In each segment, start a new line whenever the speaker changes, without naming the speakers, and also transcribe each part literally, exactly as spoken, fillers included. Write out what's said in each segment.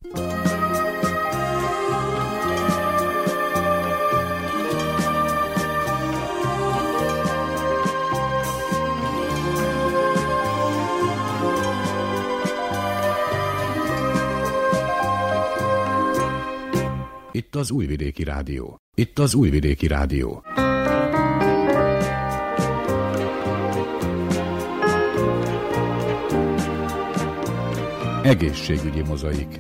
Itt az Újvidéki Rádió. Itt az Újvidéki Rádió. Egészségügyi mozaik.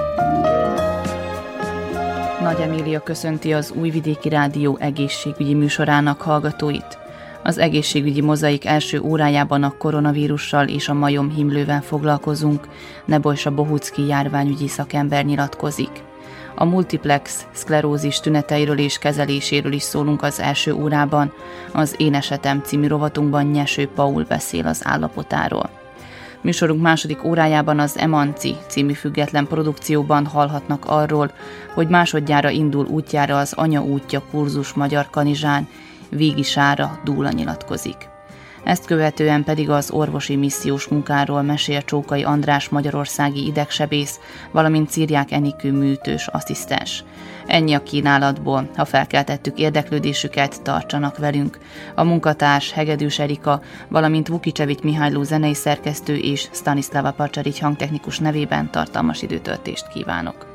Nagy Emília köszönti az Újvidéki Rádió egészségügyi műsorának hallgatóit. Az egészségügyi mozaik első órájában a koronavírussal és a majomhimlővel foglalkozunk. Nebojsa Bohuczky járványügyi szakember nyilatkozik. A multiplex szklerózis tüneteiről és kezeléséről is szólunk az első órában. Az Én esetem című rovatunkban Nyeső Paul beszél az állapotáról. Műsorunk második órájában az Emanci című független produkcióban hallhatnak arról, hogy másodjára indul útjára az Anya útja kurzus Magyar Kanizsán, Vígi Sára Dúla nyilatkozik. Ezt követően pedig az orvosi missziós munkáról mesél Csókai András magyarországi idegsebész, valamint Cirják Enikő műtős asszisztens. Ennyi a kínálatból, ha felkeltettük érdeklődésüket, tartsanak velünk. A munkatárs Hegedűs Erika, valamint Vukicevics Mihályló zenei szerkesztő és Stanislava Pacsarics hangtechnikus nevében tartalmas időtöltést kívánok.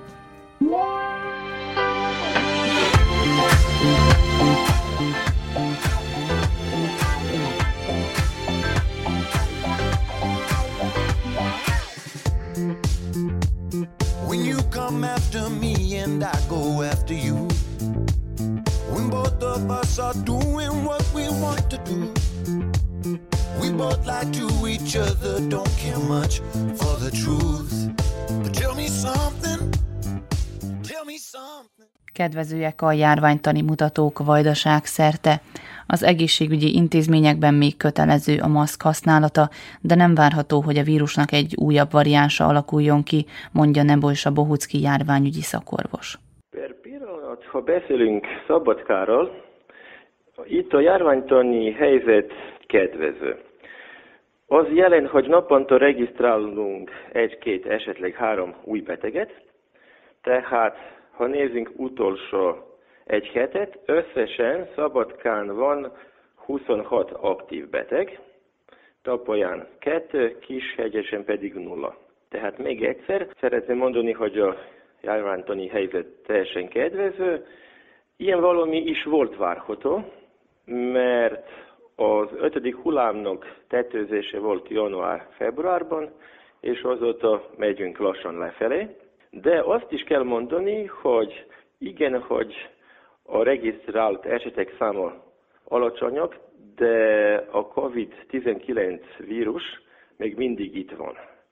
Come after me and I go after you. When both of us are doing what we want to do. We both lie to each other, don't care much for the truth. But tell me something, tell me something.
Kedvezőek a járványtani mutatók Vajdaság szerte. Az egészségügyi intézményekben még kötelező a maszk használata, de nem várható, hogy a vírusnak egy újabb variánsa alakuljon ki, mondja Nebojsa Bohuczky járványügyi szakorvos.
Per pillanat, ha beszélünk Szabadkáról, itt a járványtani helyzet kedvező. Az jelent, hogy naponta regisztrálunk egy-két, esetleg három új beteget, tehát ha nézzünk utolsó egy hetet, összesen Szabadkán van huszonhat aktív beteg, Tapolyán kettő, Kishegyesen pedig nulla. Tehát még egyszer szeretném mondani, hogy a járványtani helyzet teljesen kedvező. Ilyen valami is volt várható, mert az ötödik hullámnak tetőzése volt január-februárban, és azóta megyünk lassan lefelé. De azt is kell mondani, hogy igen, hogy a regisztrált esetek száma alacsonyak, de a kovid tizenkilenc vírus még mindig itt van.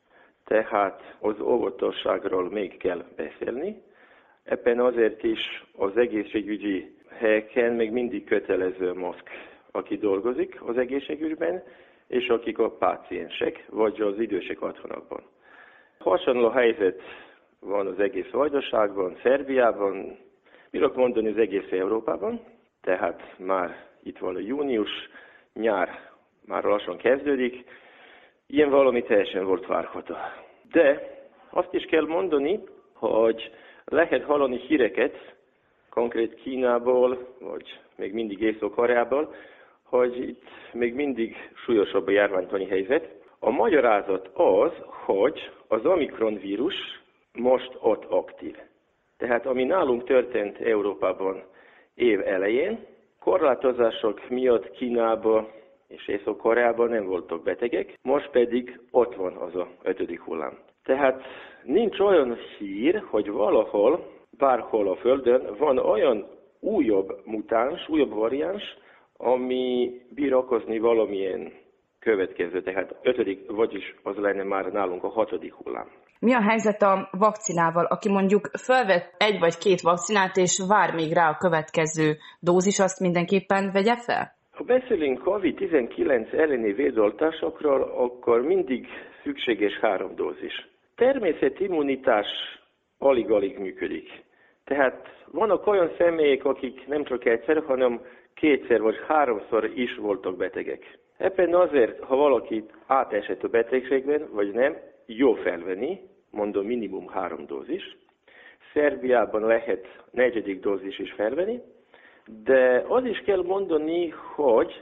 Tehát az óvatosságról még kell beszélni. Ebben azért is az egészségügyi helyeken még mindig kötelező maszk, aki dolgozik az egészségügyben, és akik a páciensek, vagy az idősek otthonokban. Hasonló helyzet van az egész Vajdaságban, Szerbiában, bírok mondani az egész Európában, tehát már itt van a június, nyár már lassan kezdődik, ilyen valami teljesen volt várható. De azt is kell mondani, hogy lehet hallani híreket, konkrét Kínából, vagy még mindig Észak-Koreából, hogy itt még mindig súlyosabb a járványtani helyzet. A magyarázat az, hogy az Omikron vírus most ott aktív. Tehát ami nálunk történt Európában év elején, korlátozások miatt Kínában és Észak-Koreában nem voltak betegek, most pedig ott van az a ötödik hullám. Tehát nincs olyan hír, hogy valahol, bárhol a Földön van olyan újabb mutáns, újabb variáns, ami bír okozni valamilyen következő, tehát ötödik, vagyis az lenne már nálunk a hatodik hullám.
Mi a helyzet a vakcinával, aki mondjuk felvett egy vagy két vakcinát, és vár még rá a következő dózis, azt mindenképpen vegye fel?
Ha beszélünk kovid tizenkilenc elleni védoltásokról, akkor mindig szükséges három dózis. Természeti immunitás alig-alig működik. Tehát vannak olyan személyek, akik nem csak egyszer, hanem kétszer vagy háromszor is voltak betegek. Ebben azért, ha valaki átesett a betegségben, vagy nem, jó felvenni, mondom minimum három dózis. Szerbiában lehet negyedik dózis is felvenni, de az is kell mondani, hogy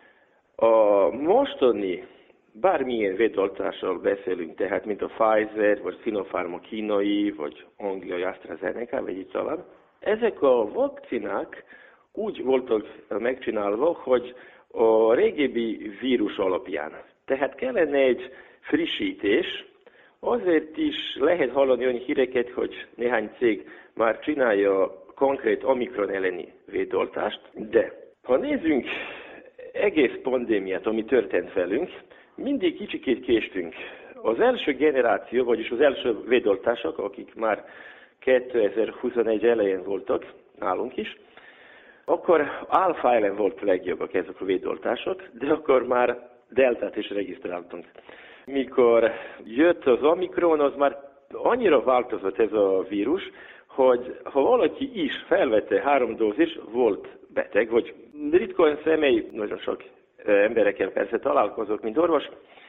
a mostani bármilyen védoltással beszélünk, tehát mint a Pfizer, vagy Sinopharm a kínai, vagy angliai AstraZeneca, vagy így tovább. Ezek a vakcinák úgy voltak megcsinálva, hogy a régebbi vírus alapján. Tehát kellene egy frissítés, azért is lehet hallani olyan híreket, hogy néhány cég már csinálja konkrét omikron elleni védoltást, de ha nézzünk egész pandémiát, ami történt velünk, mindig kicsikét késtünk. Az első generáció, vagyis az első védoltások, akik már kétezer-huszonegy elején voltak, nálunk is, akkor alfa ellen volt legjobbak ezek a védoltások, de akkor már deltát is regisztráltunk. Mikor jött az omikron, az már annyira változott ez a vírus, hogy ha valaki is felvette három dózis, volt beteg, vagy ritka olyan személy, nagyon sok emberekkel persze találkozok, mint orvos,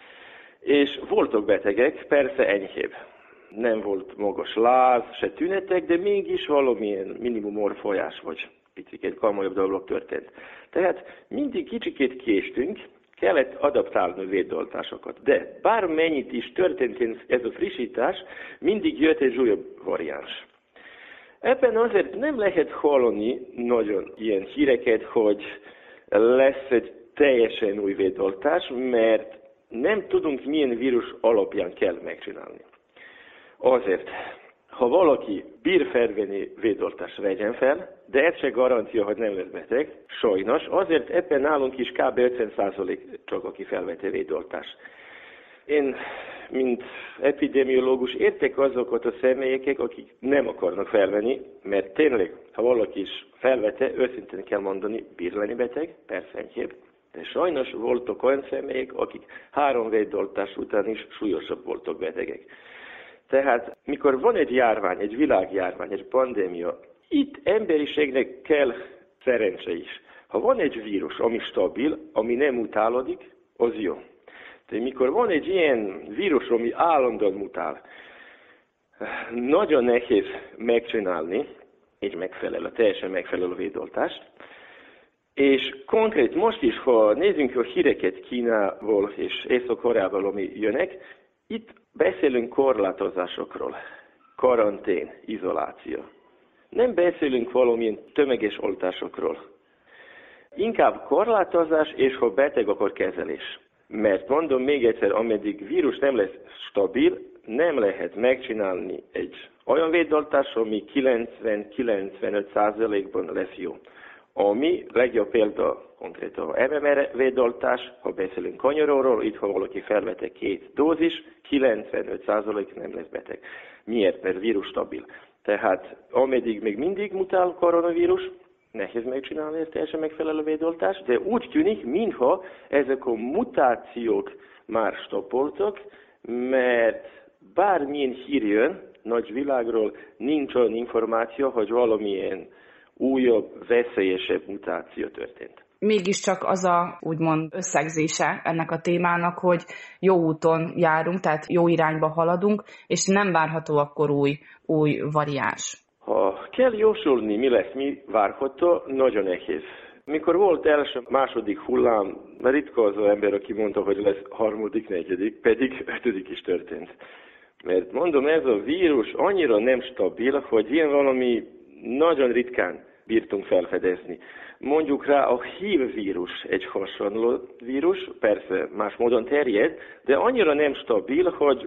és voltak betegek, persze enyhébb. Nem volt magas láz, se tünetek, de mégis valamilyen minimum orrfolyás, vagy picit komolyabb dolog történt. Tehát mindig kicsikét késtünk, kellett adaptálni a védoltásokat. De bármennyit is történt ez a frissítás, mindig jött egy újabb variáns. Ebben azért nem lehet hallani nagyon ilyen híreket, hogy lesz egy teljesen új védoltás, mert nem tudunk milyen vírus alapján kell megcsinálni. Azért, ha valaki bír felvenni védoltást, vegyen fel, de ez se garantia, hogy nem lesz beteg, sajnos, azért ebben nálunk is kb. ötven százalék csak aki felvette védoltást. Én, mint epidemiológus, értek azokat a személyeket, akik nem akarnak felvenni, mert tényleg, ha valaki is felvette, őszintén kell mondani, bír lenni beteg, persze enyhébb, de sajnos voltak olyan személyek, akik három védoltás után is súlyosabb voltak betegek. Tehát, mikor van egy járvány, egy világjárvány, egy pandémia, itt emberiségnek kell szerencse is. Ha van egy vírus, ami stabil, ami nem mutálódik, az jó. De mikor van egy ilyen vírus, ami állandóan mutál, nagyon nehéz megcsinálni egy megfelelő, teljesen megfelelő védoltást. És konkrét most is, ha nézzünk a híreket Kínából és Észak-Koreából, ami jönnek, itt beszélünk korlátozásokról, karantén, izoláció. Nem beszélünk valamilyen tömeges oltásokról. Inkább korlátozás, és ha beteg, akkor kezelés. Mert mondom még egyszer, ameddig vírus nem lesz stabil, nem lehet megcsinálni egy olyan védoltás, ami kilencven-kilencvenöt százalékban lesz jó. Ami legjobb példa konkrétan a em em er védoltás, ha beszélünk kanyaróról, itt ha valaki felvette két dózis, kilencvenöt százalék nem lesz beteg. Miért? Mert vírus stabil. Tehát ameddig még mindig mutál a koronavírus, nehéz megcsinálni ezt teljesen megfelelő védoltást, de úgy tűnik, mintha ezek a mutációk már stoppoltak, mert bármilyen hír jön nagy világról, nincs olyan információ, hogy valamilyen újabb, veszélyesebb mutáció történt.
Mégiscsak az a úgymond összegzése ennek a témának, hogy jó úton járunk, tehát jó irányba haladunk, és nem várható akkor új, új variáns.
Ha kell jósolni, mi lesz, mi várható, nagyon nehéz. Mikor volt első, második hullám, ritka az az ember, aki mondta, hogy lesz harmadik, negyedik, pedig ötödik is történt. Mert mondom, ez a vírus annyira nem stabil, hogy ilyen valami nagyon ritkán bírtunk felfedezni. Mondjuk rá a hív vírus egy hasonló vírus, persze más módon terjed, de annyira nem stabil, hogy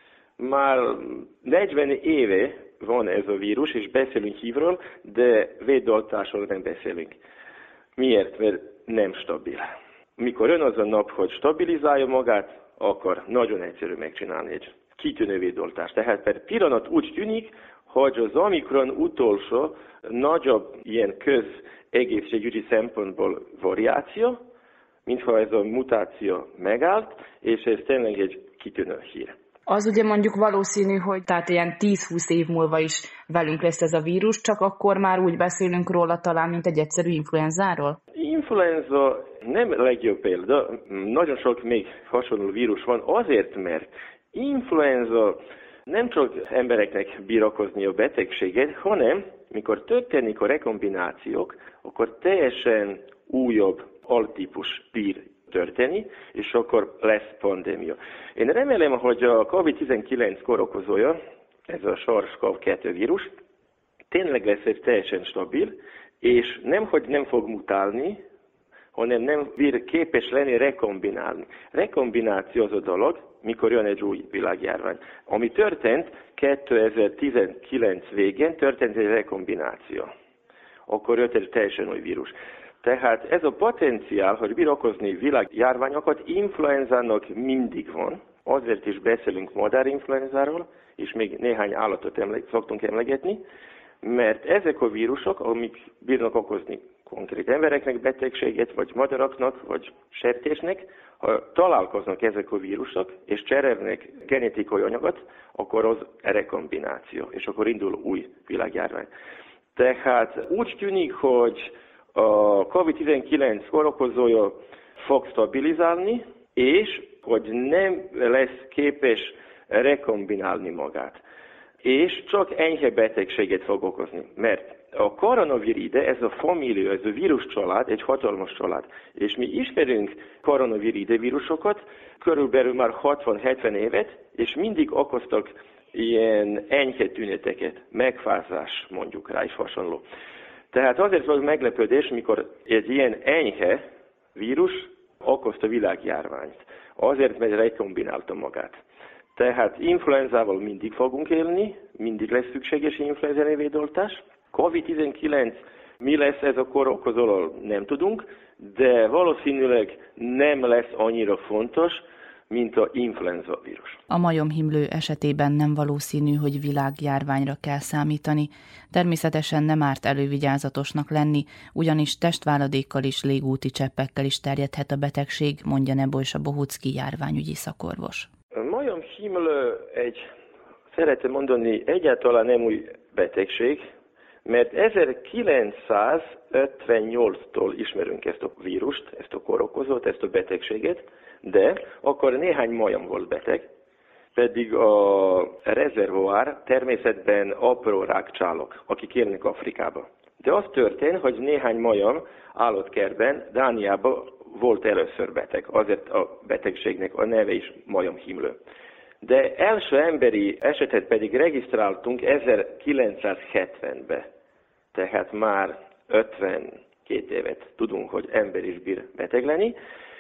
már negyven éve van ez a vírus, és beszélünk hívról, de védoltásról nem beszélünk. Miért? Mert nem stabil. Mikor jön az a nap, hogy stabilizálja magát, akkor nagyon egyszerű megcsinálni egy kitűnő védoltást. Tehát per pillanat úgy tűnik, hogy az omikron utolsó nagyobb ilyen közegészségügyi szempontból variáció, mintha ez a mutáció megállt, és ez tényleg egy kitűnő hír.
Az ugye mondjuk valószínű, hogy tehát ilyen tíz-húsz év múlva is velünk lesz ez a vírus, csak akkor már úgy beszélünk róla talán, mint egy egyszerű influenzáról?
Influenza nem legjobb példa, nagyon sok még hasonló vírus van, azért, mert influenza nem csak embereknek bír okozni a betegséget, hanem mikor történik a rekombinációk, akkor teljesen újabb altípus bír történni, és akkor lesz pandémia. Én remélem, hogy a kovid tizenkilenc kórokozója, ez a SARS-CoV kettő vírus, tényleg lesz egy teljesen stabil, és nemhogy nem fog mutálni, hanem nem bír képes lenni rekombinálni. Rekombináció az a dolog, mikor jön egy új világjárvány. Ami történt kétezer-tizenkilenc végén, történt egy rekombináció. Akkor jött egy teljesen új vírus. Tehát ez a potenciál, hogy bír okozni világjárványokat, influenzának mindig van. Azért is beszélünk madárinfluenzáról, és még néhány állatot emle- szoktunk emlegetni, mert ezek a vírusok, amik bírnak okozni konkrét embereknek betegséget, vagy madaraknak, vagy sertésnek, ha találkoznak ezek a vírusok, és cserélnek genetikai anyagot, akkor az rekombináció, és akkor indul új világjárvány. Tehát úgy tűnik, hogy a kovid tizenkilenc kórokozója fog stabilizálni, és hogy nem lesz képes rekombinálni magát. És csak enyhe betegséget fog okozni, mert a koronaviride, ez a família, ez a víruscsalád, egy hatalmas család. És mi ismerünk koronaviride vírusokat, körülbelül már hatvan-hetven évet, és mindig okoztak ilyen enyhe tüneteket, megfázás mondjuk rá is hasonló. Tehát azért volt meglepődés, mikor egy ilyen enyhe vírus okozta világjárványt. Azért, mert rekombinálta magát. Tehát influenzával mindig fogunk élni, mindig lesz szükséges influenza védoltás. kovid tizenkilenc mi lesz ez a kórokozóról, nem tudunk, de valószínűleg nem lesz annyira fontos, mint az influenza vírus.
A majomhimlő esetében nem valószínű, hogy világjárványra kell számítani. Természetesen nem árt elővigyázatosnak lenni, ugyanis testváladékkal és légúti cseppekkel is terjedhet a betegség, mondja Nebojsa Bohucki járványügyi szakorvos.
A majomhimlő egy, szeretem mondani, egyáltalán nem új betegség, mert ezerkilencszázötvennyolctól ismerünk ezt a vírust, ezt a kórokozót, ezt a betegséget, de akkor néhány majom volt beteg, pedig a rezervoár természetben apró rákcsálók, akik élnek Afrikában. De az történt, hogy néhány majom állatkertben, Dániában volt először beteg, azért a betegségnek a neve is majomhimlő. De első emberi esetet pedig regisztráltunk ezerkilencszázhetvenben, tehát már ötvenkét évet tudunk, hogy ember is bír beteg lenni.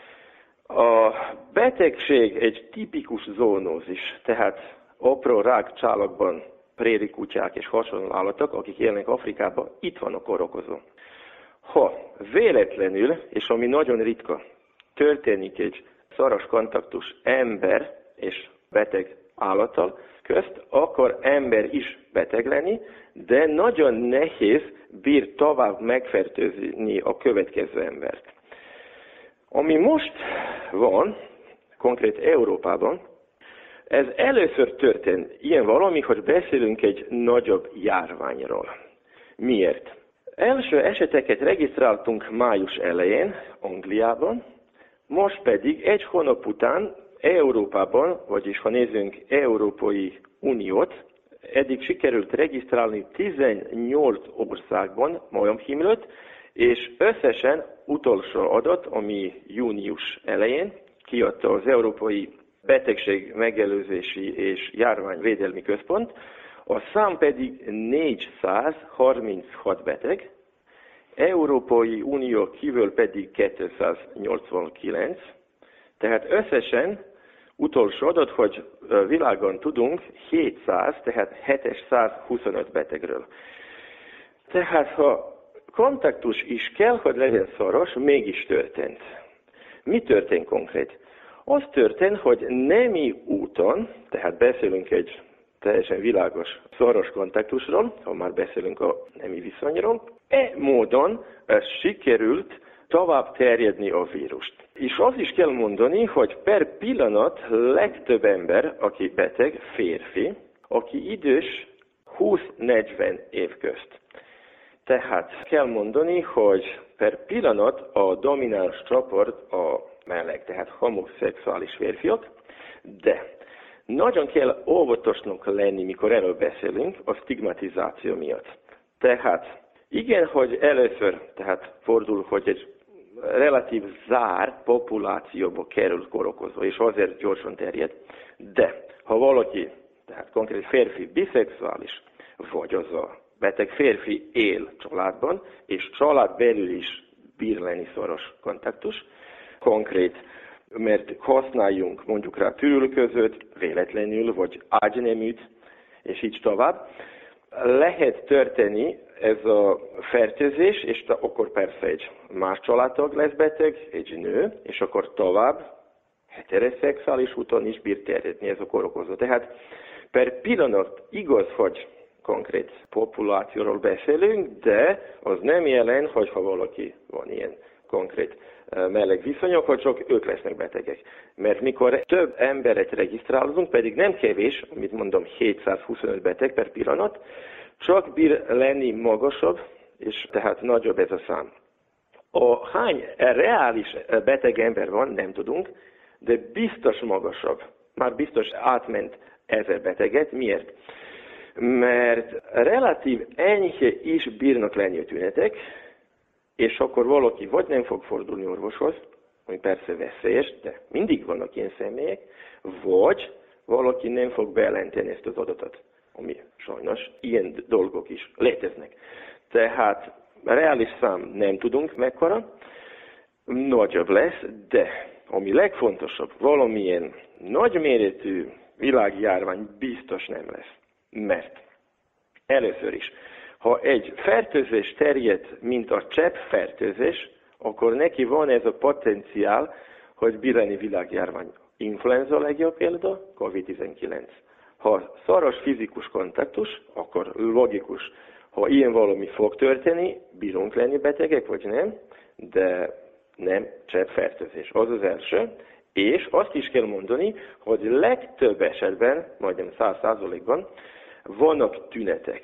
A betegség egy tipikus zoonózis, tehát apró rákcsálakban préri kutyák és hasonló állatok, akik élnek Afrikában, itt van a kórokozó. Ha véletlenül, és ami nagyon ritka, történik egy szoros kontaktus ember és beteg állattal közt, akkor ember is beteg lenni, de nagyon nehéz bír tovább megfertőzni a következő embert. Ami most van, konkrét Európában, ez először történt ilyen valami, hogy beszélünk egy nagyobb járványról. Miért? Első eseteket regisztráltunk május elején Angliában, most pedig egy hónap után Európában, vagyis ha nézzünk Európai Uniót, eddig sikerült regisztrálni tizennyolc országban majomhimlőt, és összesen utolsó adat, ami június elején kiadta az Európai Betegség Megelőzési és Járványvédelmi Központ, a szám pedig négyszázharminchat beteg, Európai Unió kívül pedig kétszáznyolcvankilenc, tehát összesen utolsó adat, hogy világon tudunk hétszáz, tehát hétszázhuszonöt betegről. Tehát ha kontaktus is kell, hogy legyen szoros, mégis történt. Mi történt konkrét? Az történt, hogy nemi úton, tehát beszélünk egy teljesen világos, szoros kontaktusról, ha már beszélünk a nemi viszonyról, e módon sikerült tovább terjedni a vírust. És azt is kell mondani, hogy per pillanat legtöbb ember, aki beteg, férfi, aki idős húsz-negyven év közt. Tehát kell mondani, hogy per pillanat a domináns csoport a meleg, tehát homoszexuális férfiak, de Nagyon kell óvatosnak lenni, mikor erről beszélünk, a stigmatizáció miatt. Tehát igen, hogy először tehát fordul, hogy egy relatív zárt populációba kerül kórokozó, és azért gyorsan terjed. De ha valaki, tehát konkrét férfi, biszexuális, vagy az a beteg férfi él családban, és család belül is bír lenni szoros kontaktus, konkrét, mert használjunk mondjuk rá tűrülközőt, véletlenül, vagy ágyneműt, és így tovább, lehet történni ez a fertőzés, és akkor persze egy más családtag lesz beteg, egy nő, és akkor tovább heteroszexuális úton is bír terjedni ez a kórokozó. Tehát per pillanat igaz, hogy konkrét populációról beszélünk, de az nem jelen, hogy ha valaki van ilyen konkrét meleg viszonyok, hogy csak ők lesznek betegek. Mert mikor több emberet regisztrálunk, pedig nem kevés, amit mondom, hétszázhuszonöt beteg per pillanat, csak bír lenni magasabb, és tehát nagyobb ez a szám. A hány reális beteg ember van, nem tudunk, de biztos magasabb. Már biztos átment ezer beteget. Miért? Mert relatív enyhe is bírnak lenni a tünetek, és akkor valaki vagy nem fog fordulni orvoshoz, ami persze veszélyes, de mindig vannak ilyen személyek, vagy valaki nem fog bejelenteni ezt az adatot, ami sajnos ilyen dolgok is léteznek. Tehát reális szám nem tudunk mekkora, nagyobb lesz, de ami legfontosabb, valamilyen nagyméretű világjárvány biztos nem lesz. Mert először is, ha egy fertőzés terjed, mint a cseppfertőzés, akkor neki van ez a potenciál, hogy bír lenni világjárvány. Influenza a legjobb példa, kovid tizenkilenc. Ha szoros fizikus kontaktus, akkor logikus, ha ilyen valami fog történni, bírunk lenni betegek, vagy nem, de nem cseppfertőzés. Az az első. És azt is kell mondani, hogy legtöbb esetben, majdnem száz százalékban, vannak tünetek.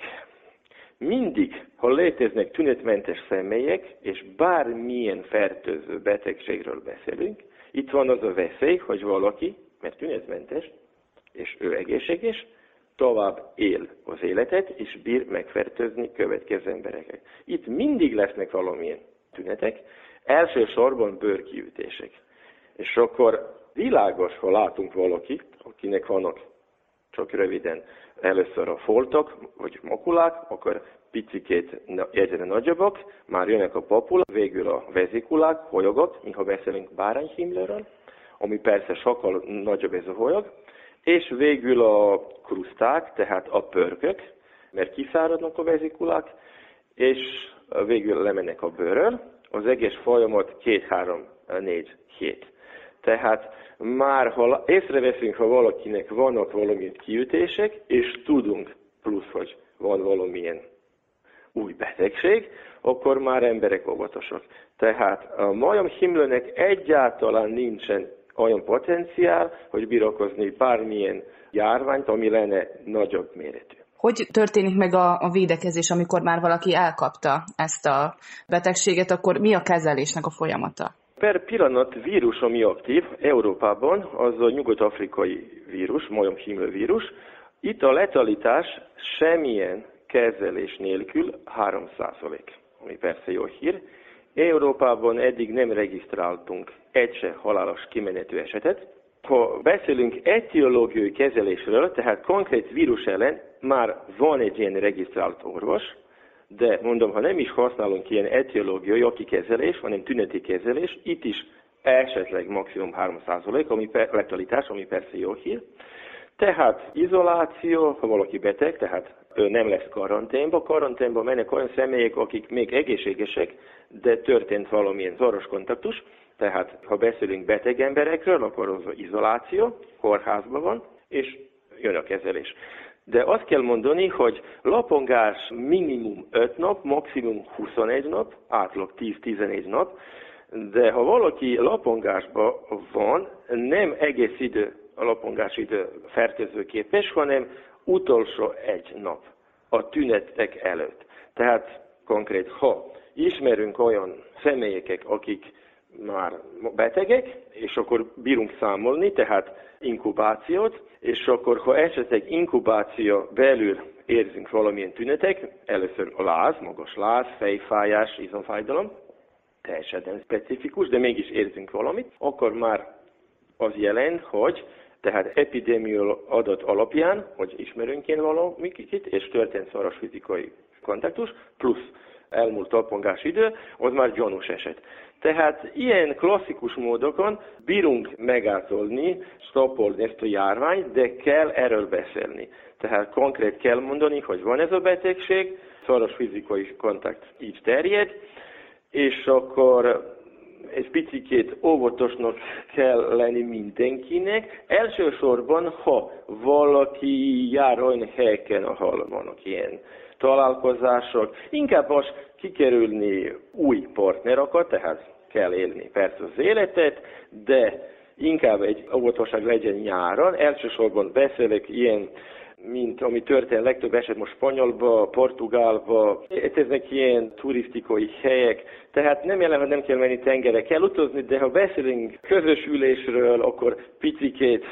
Mindig, ha léteznek tünetmentes személyek, és bármilyen fertőző betegségről beszélünk, itt van az a veszély, hogy valaki, mert tünetmentes, és ő egészséges, tovább él az életet, és bír megfertőzni következő embereket. Itt mindig lesznek valamilyen tünetek, elsősorban bőrkiütések. És akkor világos, ha látunk valakit, akinek vannak csak röviden először a foltok, vagy makulák, akkor picikét egyre nagyobbak, már jönnek a papula, végül a vezikulák, holyogok, mintha beszélünk bárányhimlőről, ami persze sokkal nagyobb ez a holyog, és végül a kruszták, tehát a pörkök, mert kiszáradnak a vezikulák, és végül lemennek a bőrről, az egész folyamat két-három-négy hét. Tehát már ha észreveszünk, ha valakinek vannak valamilyen kiütések, és tudunk plusz, hogy van valamilyen új betegség, akkor már emberek óvatosak. Tehát a majomhimlőnek egyáltalán nincsen olyan potenciál, hogy bírakozni bármilyen járványt, ami lenne nagyobb méretű.
Hogy történik meg a, a védekezés, amikor már valaki elkapta ezt a betegséget, akkor mi a kezelésnek a folyamata?
Per pillanat vírus, ami aktív Európában, az a nyugat-afrikai vírus, majomhimlő vírus. Itt a letalitás semmilyen kezelés nélkül három százalék, ami persze jó hír. Európában eddig nem regisztráltunk egy se halálos kimenetű esetet. Ha beszélünk etiológiai kezelésről, tehát konkrét vírus ellen már van egy ilyen regisztrált orvos, de mondom, ha nem is használunk ilyen etiológiai, aki kezelés, hanem tüneti kezelés, itt is esetleg maximum három százalék, ami per, letalitás, ami persze jó hír. Tehát izoláció, ha valaki beteg, tehát ő nem lesz karanténba. Karanténba mennek olyan személyek, akik még egészségesek, de történt valamilyen szoros kontaktus. Tehát ha beszélünk beteg emberekről, akkor az izoláció, kórházban van, és jön a kezelés. De azt kell mondani, hogy lapongás minimum öt nap, maximum huszonegy nap, átlag tíz-tizenegy nap, de ha valaki lapongásban van, nem egész idő a lapongás idő fertőzőképes, hanem utolsó egy nap a tünetek előtt. Tehát konkrét, ha ismerünk olyan személyeket, akik már betegek, és akkor bírunk számolni, tehát inkubációt, és akkor, ha esetleg inkubáció belül érzünk valamilyen tünetek, először a láz, magas láz, fejfájás, izomfájdalom, teljesen nem specifikus, de mégis érzünk valamit, akkor már az jelent, hogy tehát epidémiai adat alapján, hogy ismerünk én valamit, és történt szoros fizikai kontaktus, plusz elmúlt tappongás idő, az már gyanús eset. Tehát ilyen klasszikus módokon bírunk megátolni, stoppolni ezt a járványt, de kell erről beszélni. Tehát konkrét kell mondani, hogy van ez a betegség, szoros fizikai kontakt így terjed, és akkor egy picikét óvatosnak kell lenni mindenkinek. Elsősorban, ha valaki jár olyan helyeken, ahol vannak ilyen találkozások, inkább most kikerülni új partnerokat, tehát kell élni persze az életet, de inkább egy óvatosság legyen nyáron. Elsősorban beszélek ilyen, mint ami történt legtöbb eset most Spanyolba, Portugálba, ezek ilyen turisztikai helyek, tehát nem jelent, hogy nem kell menni tengerre, kell utazni, de ha beszélünk közös ülésről, akkor picikét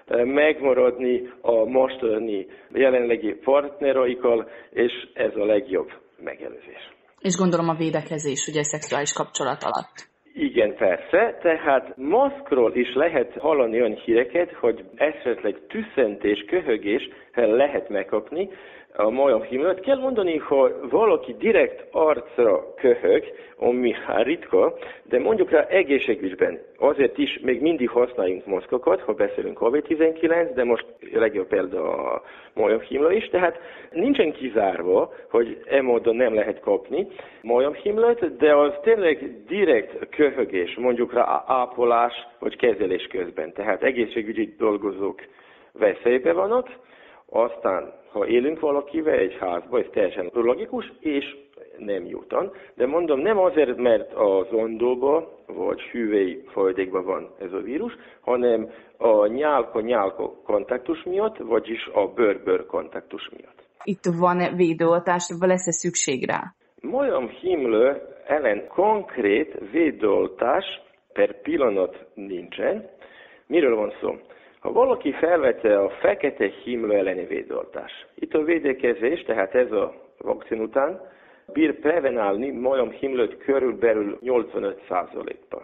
megmaradni a mostani jelenlegi partneraikkal, és ez a legjobb megelőzés.
És gondolom a védekezés, ugye, szexuális kapcsolat alatt.
Igen, persze. Tehát maszkról is lehet hallani olyan híreket, hogy esetleg tüsszentés, köhögés lehet megkapni a majomhimlőt. Kell mondani, hogy valaki direkt arcra köhög, ami hát ritka, de mondjuk rá egészségügyben azért is még mindig használjunk maszkokat, ha beszélünk kovid tizenkilenc, de most legjobb példa a majomhimlő is, tehát nincsen kizárva, hogy e módon nem lehet kapni majomhimlőt, de az tényleg direkt köhögés, mondjuk rá ápolás vagy kezelés közben. Tehát egészségügyi dolgozók veszélybe vannak, aztán, ha élünk valakivel egy házban, ez teljesen logikus, és nem jutan. De mondom, nem azért, mert az ondóban vagy hüvely folyadékban van ez a vírus, hanem a nyálka-nyálka kontaktus miatt, vagyis a bőr-bőr kontaktus miatt.
Itt van védőoltás, lesz-e szükség rá?
Majomhimlő ellen konkrét védőoltás per pillanat nincsen. Miről van szó? Ha valaki felvette a fekete himlő elleni védőoltás, itt a védekezés, tehát ez a vakcin után, bír prevenálni majomhimlőt körülbelül nyolcvanöt százalékban.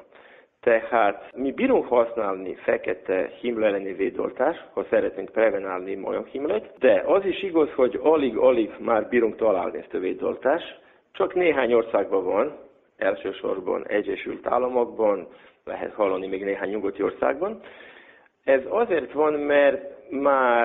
Tehát mi bírunk használni fekete himlő elleni védőoltást, ha szeretnénk prevenálni majomhimlőt, de az is igaz, hogy alig-alig már bírunk találni ezt a védőoltást. Csak néhány országban van, elsősorban Egyesült Államokban, lehet hallani még néhány nyugati országban. Ez azért van, mert már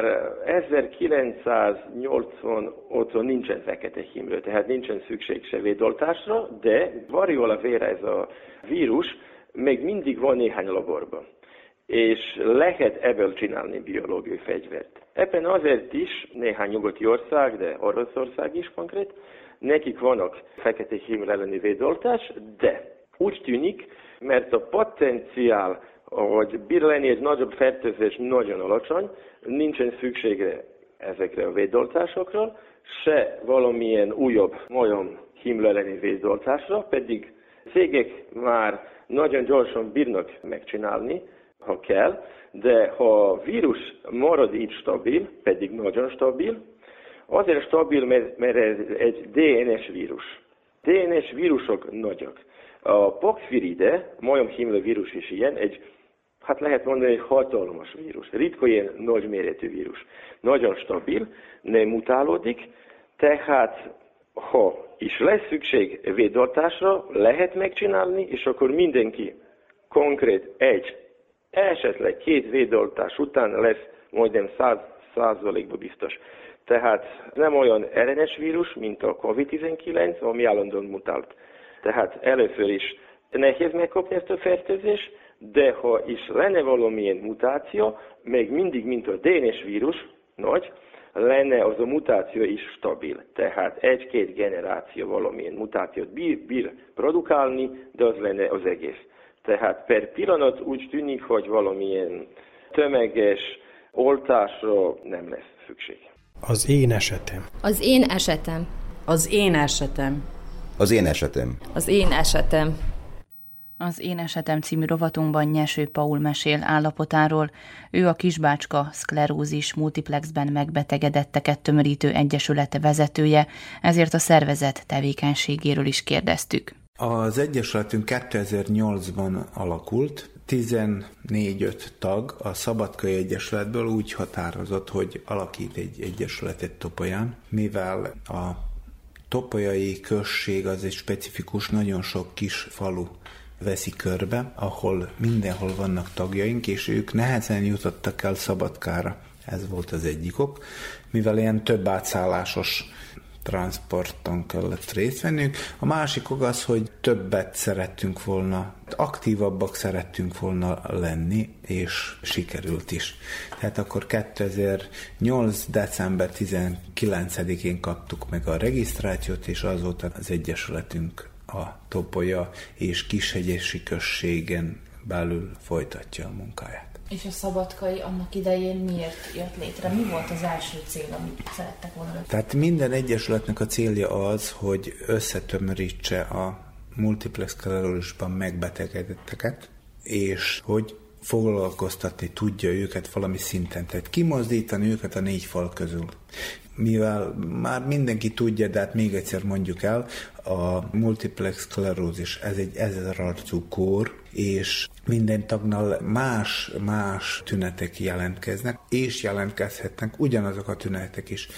ezerkilencszáznyolcvan óta nincsen fekete himlő, tehát nincsen szükség se védoltásra, de variola vera ez a vírus még mindig van néhány laborban, és lehet ebből csinálni biológiai fegyvert. Ebben azért is néhány nyugati ország, de Oroszország is konkrét, nekik vannak fekete himlő elleni védoltás, de úgy tűnik, mert a potenciál, hogy bír lenni egy nagyobb fertőzés nagyon alacsony, nincsen szüksége ezekre a védoltásokra, se valamilyen újabb majomhimlő elleni védoltásra, pedig cégek már nagyon gyorsan bírnak megcsinálni, ha kell, de ha a vírus marad így stabil, pedig nagyon stabil, azért stabil, mert, mert ez egy dé en es vírus. dé en es vírusok nagyok. A poxviride, majomhimlő vírus is ilyen, egy, hát lehet mondani, egy hatalmas vírus. Ritka ilyen nagyméretű vírus. Nagyon stabil, nem mutálódik, tehát ha is lesz szükség védoltásra, lehet megcsinálni, és akkor mindenki konkrét egy, esetleg két védoltás után lesz majdnem száz százalékban biztos. Tehát nem olyan er en es vírus, mint a kovid tizenkilenc, ami állandóan mutált. Tehát először is nehéz megkapni ezt a fertőzést, de ha is lenne valamilyen mutáció, még mindig, mint a dé en es vírus, nagy, lenne az a mutáció is stabil. Tehát egy-két generáció valamilyen mutációt bír, bír produkálni, de az lenne az egész. Tehát per pillanat úgy tűnik, hogy valamilyen tömeges oltásra nem lesz szükség.
Az én esetem.
Az én esetem.
Az én esetem.
Az én esetem.
Az én esetem.
Az Én esetem című rovatunkban Nyeső Paul mesél állapotáról. Ő a Kisbácska szklerózis multiplexben megbetegedetteket tömörítő egyesület vezetője, ezért a szervezet tevékenységéről is kérdeztük.
Az egyesületünk kétezer-nyolcban alakult, tizennégy-öt tag a Szabadkai Egyesületből úgy határozott, hogy alakít egy egyesületet Topolyán, mivel a topolyai község az egy specifikus, nagyon sok kis falu veszi körbe, ahol mindenhol vannak tagjaink, és ők nehezen jutottak el Szabadkára. Ez volt az egyik ok, mivel ilyen több átszállásos transporton kellett részt vennünk. A másik ok az, hogy többet szerettünk volna, aktívabbak szerettünk volna lenni, és sikerült is. Tehát akkor kétezer-nyolc. december tizenkilencedikén kaptuk meg a regisztrációt, és azóta az egyesületünk a Topolya és Kishegyesi községen belül folytatja a munkáját.
És a Szabadkai annak idején miért jött létre? Mi volt az első cél, amit szerettek volna?
Tehát minden egyesületnek a célja az, hogy összetömörítse a multiplex szklerózisban megbetegedetteket, és hogy foglalkoztatni tudja őket valami szinten, tehát kimozdítani őket a négy fal közül. Mivel már mindenki tudja, de hát még egyszer mondjuk el, a multiplex szklerózis, ez egy ezerarcú kór, és minden tagnál más-más tünetek jelentkeznek, és jelentkezhetnek ugyanazok a tünetek is.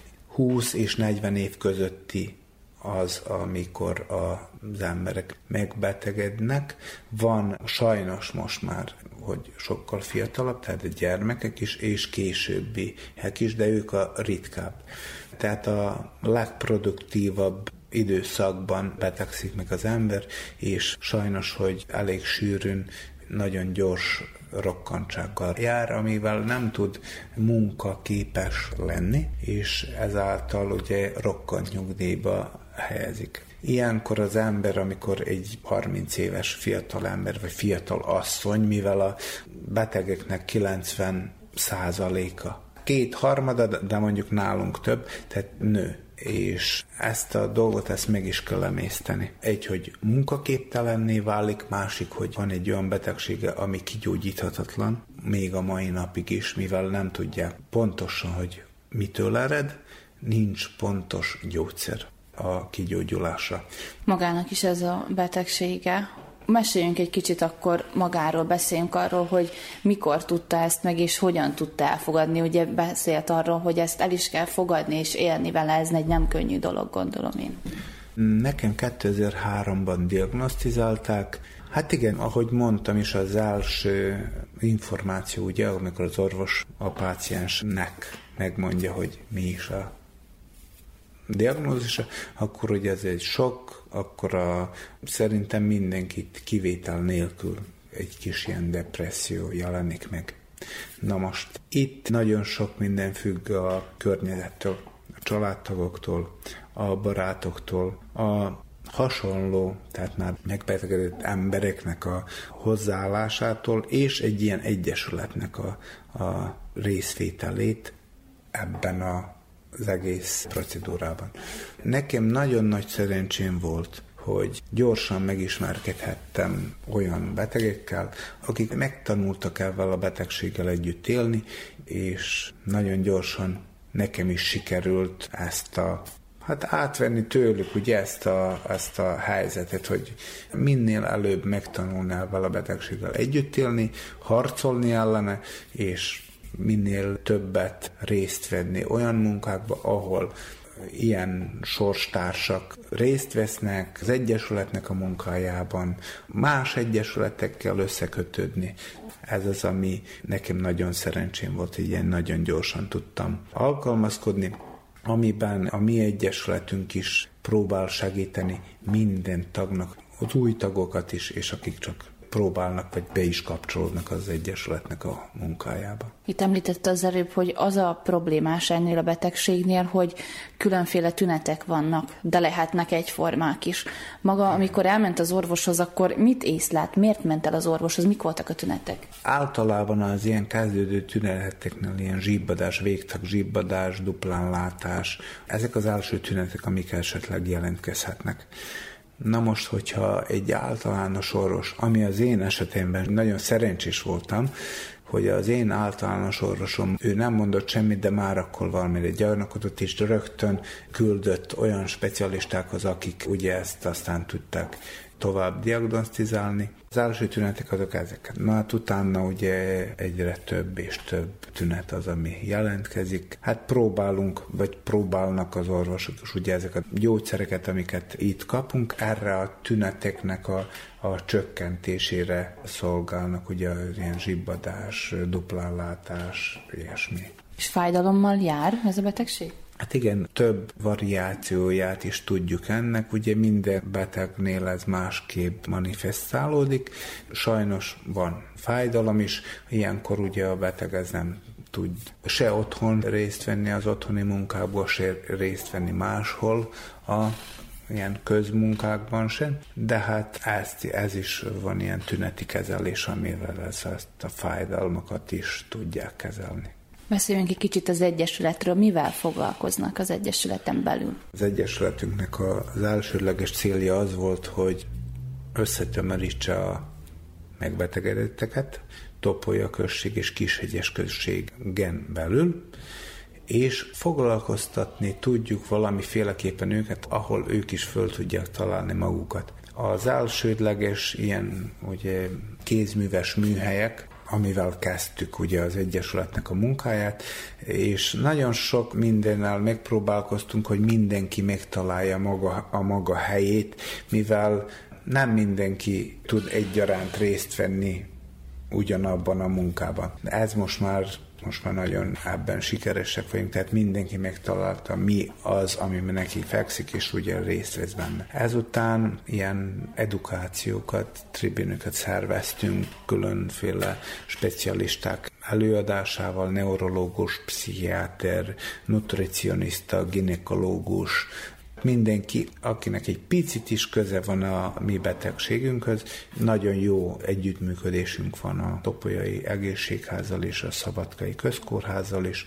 húsz és negyven év közötti az, amikor az emberek megbetegednek. Van sajnos most már, hogy sokkal fiatalabb, tehát a gyermekek is, és későbbiek is, de ők a ritkább. Tehát a legproduktívabb időszakban betegszik meg az ember, és sajnos, hogy elég sűrűn, nagyon gyors rokkantsággal jár, amivel nem tud munkaképes lenni, és ezáltal ugye rokkant nyugdíjba helyezik. Ilyenkor az ember, amikor egy harminc éves fiatal ember, vagy fiatal asszony, mivel a betegeknek kilencven százaléka, két harmada, de mondjuk nálunk több, tehát nő. És ezt a dolgot, ezt meg is kell emészteni. Egy, hogy munkaképtelenné válik, másik, hogy van egy olyan betegsége, ami kigyógyíthatatlan, még a mai napig is, mivel nem tudják pontosan, hogy mitől ered, nincs pontos gyógyszer a kigyógyulásra.
Magának is ez a betegsége. Meséljünk egy kicsit akkor magáról, beszéljünk arról, hogy mikor tudta ezt meg, és hogyan tudta elfogadni. Ugye beszélt arról, hogy ezt el is kell fogadni, és élni vele, ez egy nem könnyű dolog, gondolom én.
Nekem kétezer-háromban diagnosztizálták. Hát igen, ahogy mondtam is, az első információ, ugye, amikor az orvos a páciensnek megmondja, hogy mi is a diagnózisa, akkor ugye ez egy sok, akkor a, szerintem mindenkit kivétel nélkül egy kis ilyen depresszió jelenik meg. Na most itt nagyon sok minden függ a környezettől, a családtagoktól, a barátoktól, a hasonló, tehát már megbetegedett embereknek a hozzáállásától, és egy ilyen egyesületnek a, a részvételét ebben a az egész procedúrában. Nekem nagyon nagy szerencsém volt, hogy gyorsan megismerkedhettem olyan betegekkel, akik megtanultak ezzel a betegséggel együtt élni, és nagyon gyorsan nekem is sikerült ezt a hát átvenni tőlük ugye ezt a, ezt a helyzetet, hogy minél előbb megtanulni ezzel a betegséggel együtt élni, harcolni ellene, és minél többet részt venni olyan munkákba, ahol ilyen sorstársak részt vesznek az egyesületnek a munkájában, más egyesületekkel összekötődni. Ez az, ami nekem nagyon szerencsém volt, hogy ilyen nagyon gyorsan tudtam alkalmazkodni, amiben a mi egyesületünk is próbál segíteni minden tagnak, az új tagokat is, és akik csak próbálnak, vagy be is kapcsolódnak az egyesületnek a munkájába.
Itt említette az előbb, hogy az a problémás ennél a betegségnél, hogy különféle tünetek vannak, de lehetnek egyformák is. Maga, amikor elment az orvoshoz, akkor mit észlelt? Miért ment el az orvoshoz? Mik voltak a tünetek?
Általában az ilyen kezdődő tüneteknél ilyen zsibbadás, végtag zsibbadás, duplán látás, ezek az első tünetek, amik esetleg jelentkezhetnek. Na most, hogyha egy általános orvos, ami az én esetemben nagyon szerencsés voltam, hogy az én általános orvosom, ő nem mondott semmit, de már akkor valamire gyarmakodott, és rögtön küldött olyan specialistákhoz, akik ugye ezt aztán tudták tovább diagnosztizálni. Az első tünetek azok ezek. Na hát utána ugye egyre több és több tünet az, ami jelentkezik. Hát próbálunk, vagy próbálnak az orvosok is ugye ezek a gyógyszereket, amiket itt kapunk, erre a tüneteknek a, a csökkentésére szolgálnak, ugye ilyen zsibbadás, duplánlátás, ilyesmi.
És fájdalommal jár ez a betegség?
Hát igen, több variációját is tudjuk ennek, ugye minden betegnél ez másképp manifestálódik, sajnos van fájdalom is, ilyenkor ugye a beteg ez nem tud se otthon részt venni az otthoni munkából, se részt venni máshol a ilyen közmunkákban sem, de hát ez, ez is van ilyen tüneti kezelés, amivel ezt a fájdalmakat is tudják kezelni.
Beszéljünk egy kicsit az Egyesületről. Mivel foglalkoznak az Egyesületen belül?
Az Egyesületünknek az elsődleges célja az volt, hogy összetömörítse a megbetegedetteket Topolya község és Kishegyes községen belül, és foglalkoztatni tudjuk valamiféleképpen őket, ahol ők is föl tudják találni magukat. Az elsődleges ilyen ugye, kézműves műhelyek, amivel kezdtük ugye az Egyesületnek a munkáját, és nagyon sok mindennel megpróbálkoztunk, hogy mindenki megtalálja maga, a maga helyét, mivel nem mindenki tud egyaránt részt venni ugyanabban a munkában. Ez most már most már nagyon ebben sikeresek vagyunk, tehát mindenki megtalálta, mi az, ami neki fekszik, és ugye részt vesz benne. Ezután ilyen edukációkat, tribünöket szerveztünk, különféle specialisták előadásával, neurológus, pszichiáter, nutricionista, ginekológus, mindenki, akinek egy picit is köze van a mi betegségünkhöz, nagyon jó együttműködésünk van a Topolyai Egészségházzal és a Szabadkai Közkórházzal is.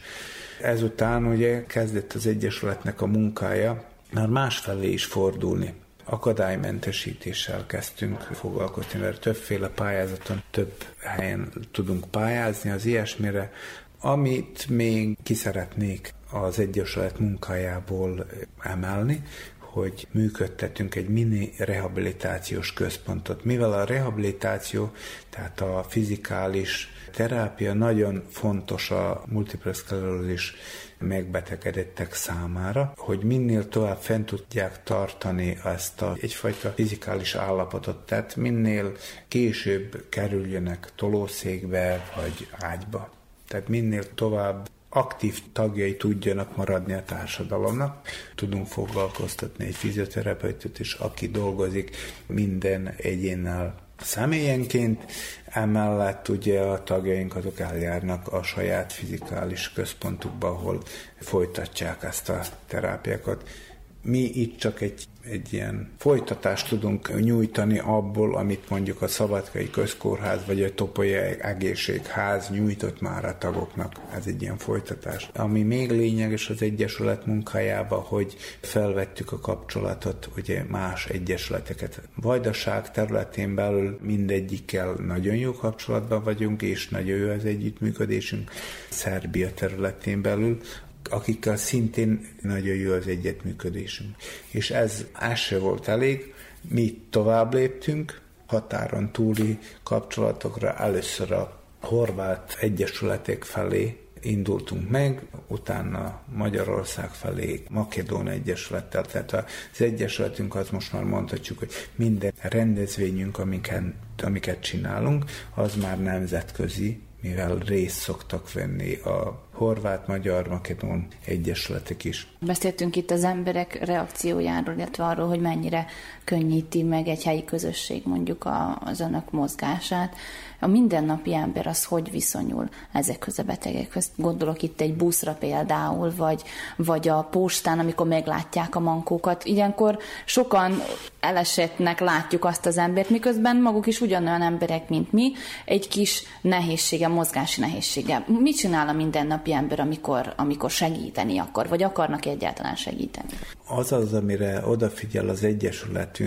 Ezután ugye kezdett az Egyesületnek a munkája már másfelé is fordulni. Akadálymentesítéssel kezdtünk foglalkozni, mert többféle pályázaton, több helyen tudunk pályázni az ilyesmire, amit még ki szeretnék az Egyesület munkájából emelni, hogy működtetünk egy mini rehabilitációs központot. Mivel a rehabilitáció, tehát a fizikális terápia nagyon fontos a multiple szklerózis megbetegedettek számára, hogy minél tovább fent tudják tartani ezt a egyfajta fizikális állapotot, tehát minél később kerüljenek tolószékbe vagy ágyba. Tehát minél tovább aktív tagjai tudjanak maradni a társadalomnak. Tudunk foglalkoztatni egy fizioterapeutot is, aki dolgozik minden egyénnel személyenként. Emellett ugye a tagjaink azok eljárnak a saját fizikális központukba, ahol folytatják ezt a terápiákat. Mi itt csak egy, egy ilyen folytatást tudunk nyújtani abból, amit mondjuk a Szabadkai Közkórház vagy a Topolyai Egészségház nyújtott már a tagoknak. Ez egy ilyen folytatás. Ami még lényeges az Egyesület munkájába, hogy felvettük a kapcsolatot ugye más egyesületeket. Vajdaság területén belül mindegyikkel nagyon jó kapcsolatban vagyunk, és nagyon jó az együttműködésünk. Szerbia területén belül, akikkel szintén nagyon jó az együttműködésünk. És ez, ez se volt elég, mi tovább léptünk, határon túli kapcsolatokra először a horvát egyesületek felé indultunk meg, utána Magyarország felé Makedón Egyesülettel, tehát az Egyesületünk az most már mondhatjuk, hogy minden rendezvényünk, amiket, amiket csinálunk, az már nemzetközi, mivel részt szoktak venni a horvát, magyar, makedón egyesületek is.
Beszéltünk itt az emberek reakciójáról, illetve arról, hogy mennyire könnyíti meg egy helyi közösség mondjuk az önök mozgását. A mindennapi ember az hogy viszonyul ezekhez a betegekhez? Gondolok itt egy buszra például, vagy, vagy a postán, amikor meglátják a mankókat. Ilyenkor sokan elesettnek látjuk azt az embert, miközben maguk is ugyanolyan emberek, mint mi, egy kis nehézsége, mozgási nehézsége. Mit csinál a mindennapi ember, amikor, amikor segíteni akar, vagy akarnak egyáltalán segíteni?
Az az, amire odafigyel az Egyesületünk,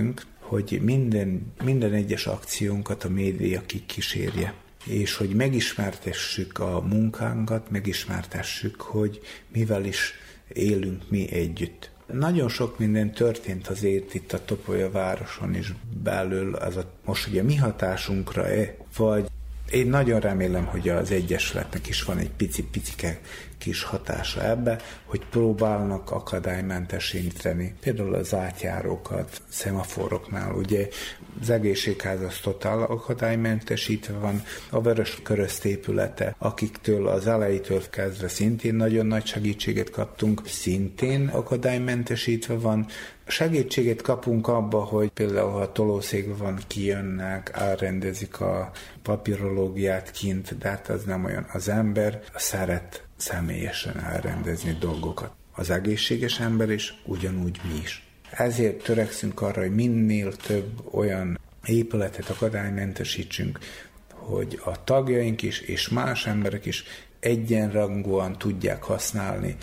hogy minden, minden egyes akciónkat a média kikísérje, és hogy megismertessük a munkánkat, megismertessük, hogy mivel is élünk mi együtt. Nagyon sok minden történt azért itt a Topolya városon is belül, az a, most ugye mi hatásunkra-e, vagy én nagyon remélem, hogy az Egyesületnek is van egy pici-picike kis hatása ebbe, hogy próbálnak akadálymentesíteni. Például az átjárókat, szemaforoknál, ugye az egészségház az totál akadálymentesítve van, a Vörösköröszt épülete, akiktől az elejétől kezdve szintén nagyon nagy segítséget kaptunk, szintén akadálymentesítve van. Segítséget kapunk abba, hogy például ha a tolószékben van, kijönnek, elrendezik a papírológiát kint, de hát az nem olyan. Az ember szeret személyesen elrendezni dolgokat. Az egészséges ember is, ugyanúgy mi is. Ezért törekszünk arra, hogy minél több olyan épületet akadálymentesítsünk, hogy a tagjaink is, és más emberek is egyenrangúan tudják használni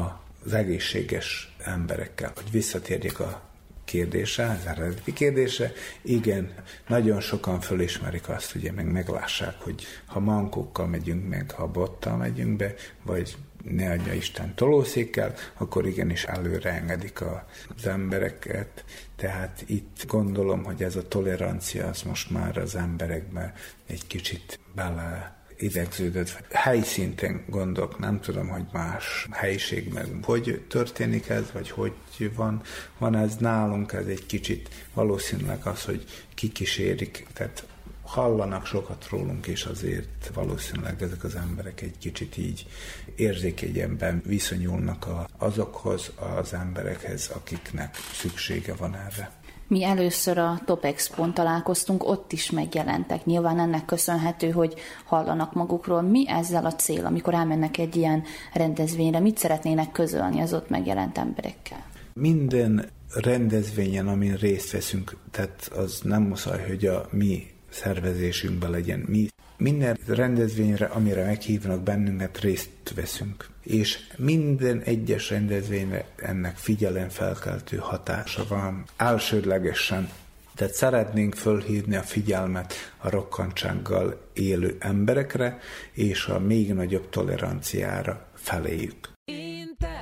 az egészséges emberekkel. Hogy visszatérjek a kérdése, az eredeti kérdése, igen, nagyon sokan fölismerik azt, ugye, meg meglássák, hogy ha mankókkal megyünk meg, ha bottal megyünk be, vagy ne adja Isten tolószékkel, akkor igenis előre engedik az embereket. Tehát itt gondolom, hogy ez a tolerancia az most már az emberekben egy kicsit bele idegződött. Helyi szinten gondolok, nem tudom, hogy más helyiségben hogy történik ez, vagy hogy van. Van ez nálunk, ez egy kicsit valószínűleg az, hogy kikísérik, tehát hallanak sokat rólunk, és azért valószínűleg ezek az emberek egy kicsit így érzékenyebben viszonyulnak a, azokhoz az emberekhez, akiknek szüksége van erre.
Mi először a Topexpon találkoztunk, ott is megjelentek. Nyilván ennek köszönhető, hogy hallanak magukról. Mi ezzel a cél, amikor elmennek egy ilyen rendezvényre? Mit szeretnének közölni az ott megjelent emberekkel?
Minden rendezvényen, amin részt veszünk, tehát az nem muszáj, hogy a mi szervezésünkben legyen. Mi minden rendezvényre, amire meghívnak bennünket, részt veszünk. És minden egyes rendezvényre ennek figyelemfelkeltő hatása van, elsődlegesen. Tehát szeretnénk fölhívni a figyelmet a rokkantsággal élő emberekre, és a még nagyobb toleranciára feléjük.
Inte,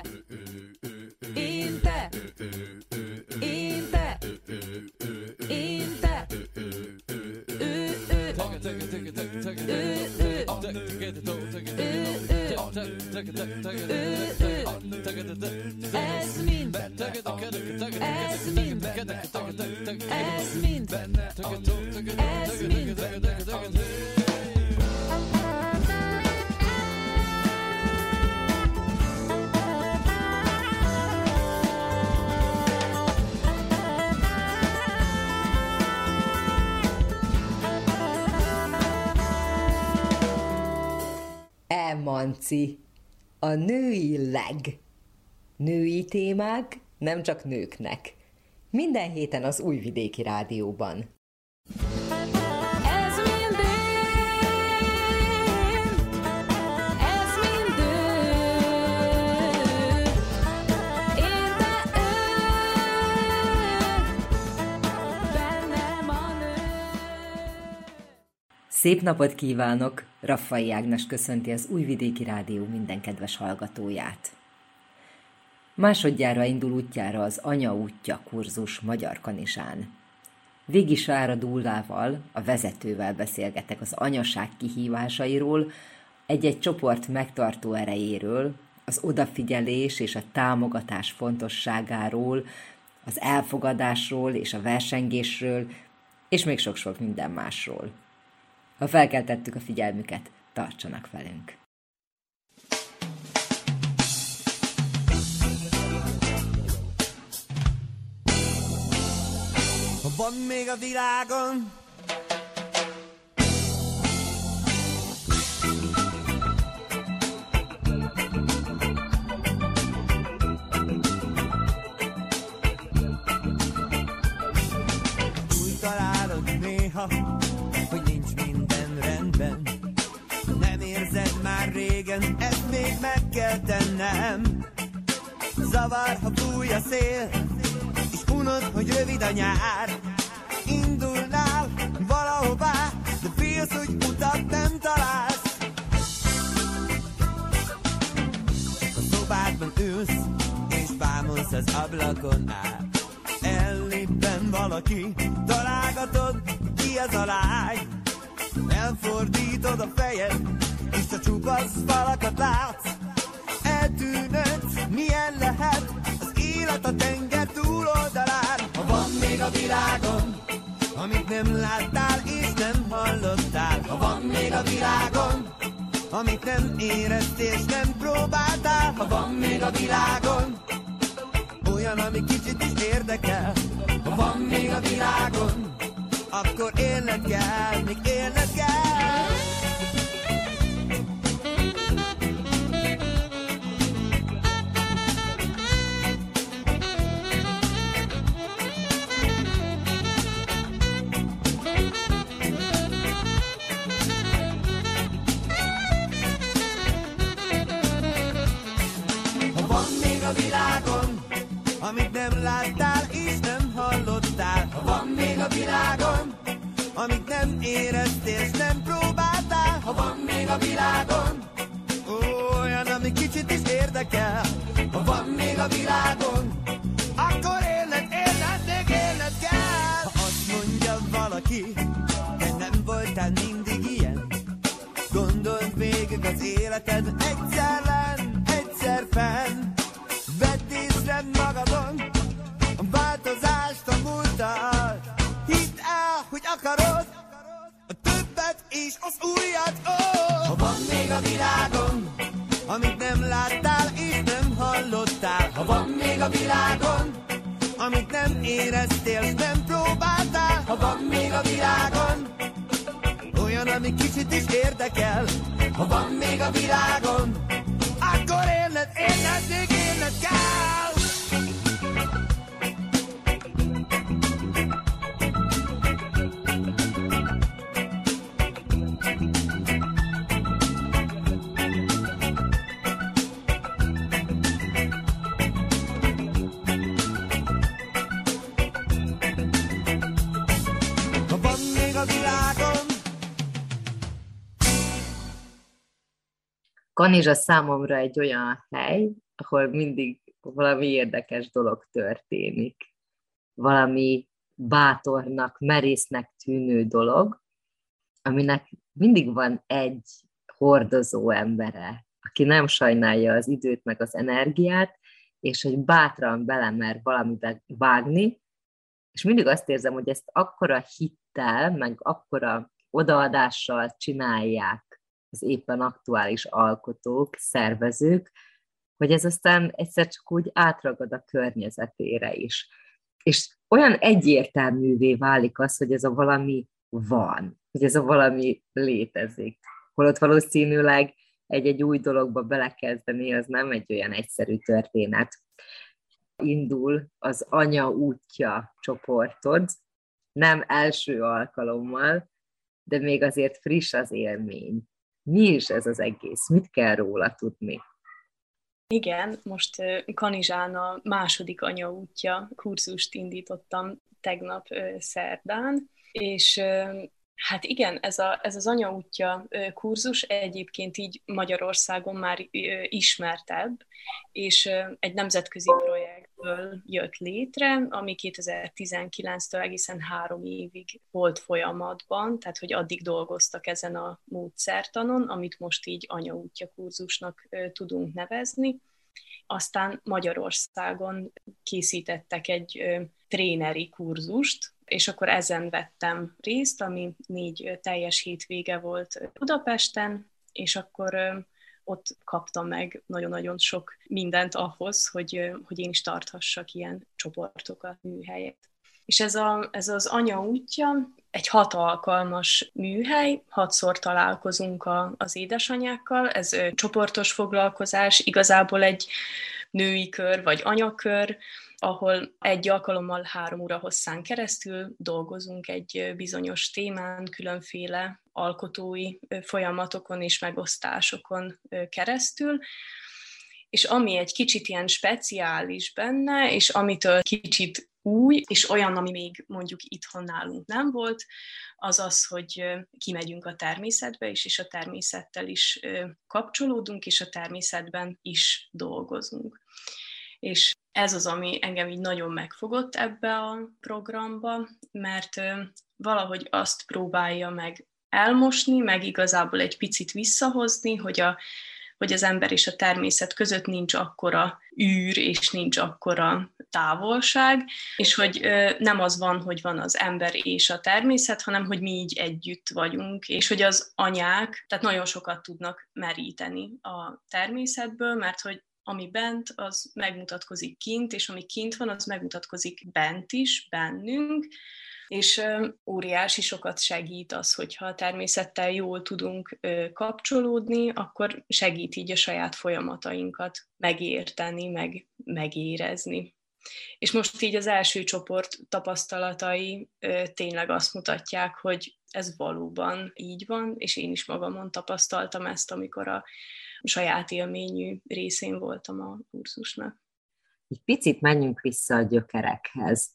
inte, inte, inte. Ez mind, ez mind, ez mind, ez mind.
Manci, a női leg. Női témák nem csak nőknek. Minden héten az Újvidéki Rádióban.
Ez mind én, ez mind ő, én te ő, bennem a nő.
Szép napot kívánok! Raffai Ágnes köszönti az Újvidéki Rádió minden kedves hallgatóját. Másodjára indul útjára az Anya útja kurzus Magyar Kanizsán. Végi Sára Dullával, a vezetővel beszélgetek az anyaság kihívásairól, egy-egy csoport megtartó erejéről, az odafigyelés és a támogatás fontosságáról, az elfogadásról és a versengésről, és még sok-sok minden másról. Ha felkeltettük a figyelmüket, tartsanak velünk!
Ha van még a világon úgy találod néha, hogy nincs minden rendben. Nem érzed már régen, ezt még meg kell tennem. Zavar, ha fúj a szél, és unod, hogy rövid a nyár. az ablakon áll. Ellippen valaki, találgatod, ki az a lány. Elfordítod a fejed, és a csupasz falakat látsz. Eltűnődsz, milyen lehet az élet a tenger túloldalán. Ha van még a világon, amit nem láttál és nem hallottál. Ha van még a világon, amit nem éreztél és nem próbáltál. Ha van még a világon olyan, ami kicsit is érdekel. Ha van még a világon, akkor élned kell, még élned kell. Ha van még a világon, amit nem láttál és nem hallottál. Ha van még a világon, amit nem éreztél és nem próbáltál. Ha van még a világon olyan, ami kicsit is érdekel. Ha van még a világon, akkor élned, élned, még élned kell. Ha azt mondja valaki, de nem voltál mindig ilyen, gondold végig az életed egyszer lenn, egyszer fenn. Vedd észre magadon a változást a múlttal. Hidd el, hogy akarod a többet és az újat. Oh! Ha van még a világon, amit nem láttál és nem hallottál. Ha van még a világon, amit nem éreztél és nem próbáltál. Ha van még a világon olyan, ami kicsit is érdekel. Ha van még a világon, akkor élned, élned, még élned kell. Ha van még a világon.
Kanizsa számomra egy olyan hely, ahol mindig valami érdekes dolog történik. Valami bátornak, merésznek tűnő dolog, aminek mindig van egy hordozó embere, aki nem sajnálja az időt meg az energiát, és hogy bátran belemer valamibe vágni, és mindig azt érzem, hogy ezt akkora hittel, meg akkora odaadással csinálják az éppen aktuális alkotók, szervezők, hogy ez aztán egyszer csak úgy átragad a környezetére is. És olyan egyértelművé válik az, hogy ez a valami van, hogy ez a valami létezik. Holott valószínűleg egy-egy új dologba belekezdeni, az nem egy olyan egyszerű történet. Indul az Anya útja csoportod, nem első alkalommal, de még azért friss az élmény. Mi is ez az egész? Mit kell róla tudni?
Igen, most Kanizsán a második Anya útja kurzust indítottam tegnap szerdán, és hát igen, ez, a, ez az Anya útja kurzus egyébként így Magyarországon már ismertebb, és egy nemzetközi projektből jött létre, ami kétezer-tizenkilenctől egészen három évig volt folyamatban, tehát hogy addig dolgoztak ezen a módszertanon, amit most így Anya útja kurzusnak tudunk nevezni. Aztán Magyarországon készítettek egy tréneri kurzust, és akkor ezen vettem részt, ami négy teljes hétvége volt Budapesten, és akkor ott kaptam meg nagyon-nagyon sok mindent ahhoz, hogy, hogy én is tarthassak ilyen csoportokat, műhelyet. És ez, a, ez az Anya útja egy hat alkalmas műhely, hatszor találkozunk a, az édesanyákkal, ez ö, csoportos foglalkozás, igazából egy női kör vagy anyakör, ahol egy alkalommal három óra hosszán keresztül dolgozunk egy bizonyos témán, különféle alkotói folyamatokon és megosztásokon keresztül, és ami egy kicsit ilyen speciális benne, és amitől kicsit új, és olyan, ami még mondjuk itthon nálunk nem volt, az az, hogy kimegyünk a természetbe is, és a természettel is kapcsolódunk, és a természetben is dolgozunk. És ez az, ami engem így nagyon megfogott ebbe a programba, mert valahogy azt próbálja meg elmosni, meg igazából egy picit visszahozni, hogy, a, hogy az ember és a természet között nincs akkora űr, és nincs akkora távolság, és hogy nem az van, hogy van az ember és a természet, hanem hogy mi így együtt vagyunk, és hogy az anyák, tehát nagyon sokat tudnak meríteni a természetből, mert hogy ami bent, az megmutatkozik kint, és ami kint van, az megmutatkozik bent is, bennünk, és óriási sokat segít az, hogyha a természettel jól tudunk kapcsolódni, akkor segít így a saját folyamatainkat megérteni, meg megérezni. És most így az első csoport tapasztalatai tényleg azt mutatják, hogy ez valóban így van, és én is magamon tapasztaltam ezt, amikor a saját élményű részén voltam a kurzusnak.
Egy picit menjünk vissza a gyökerekhez.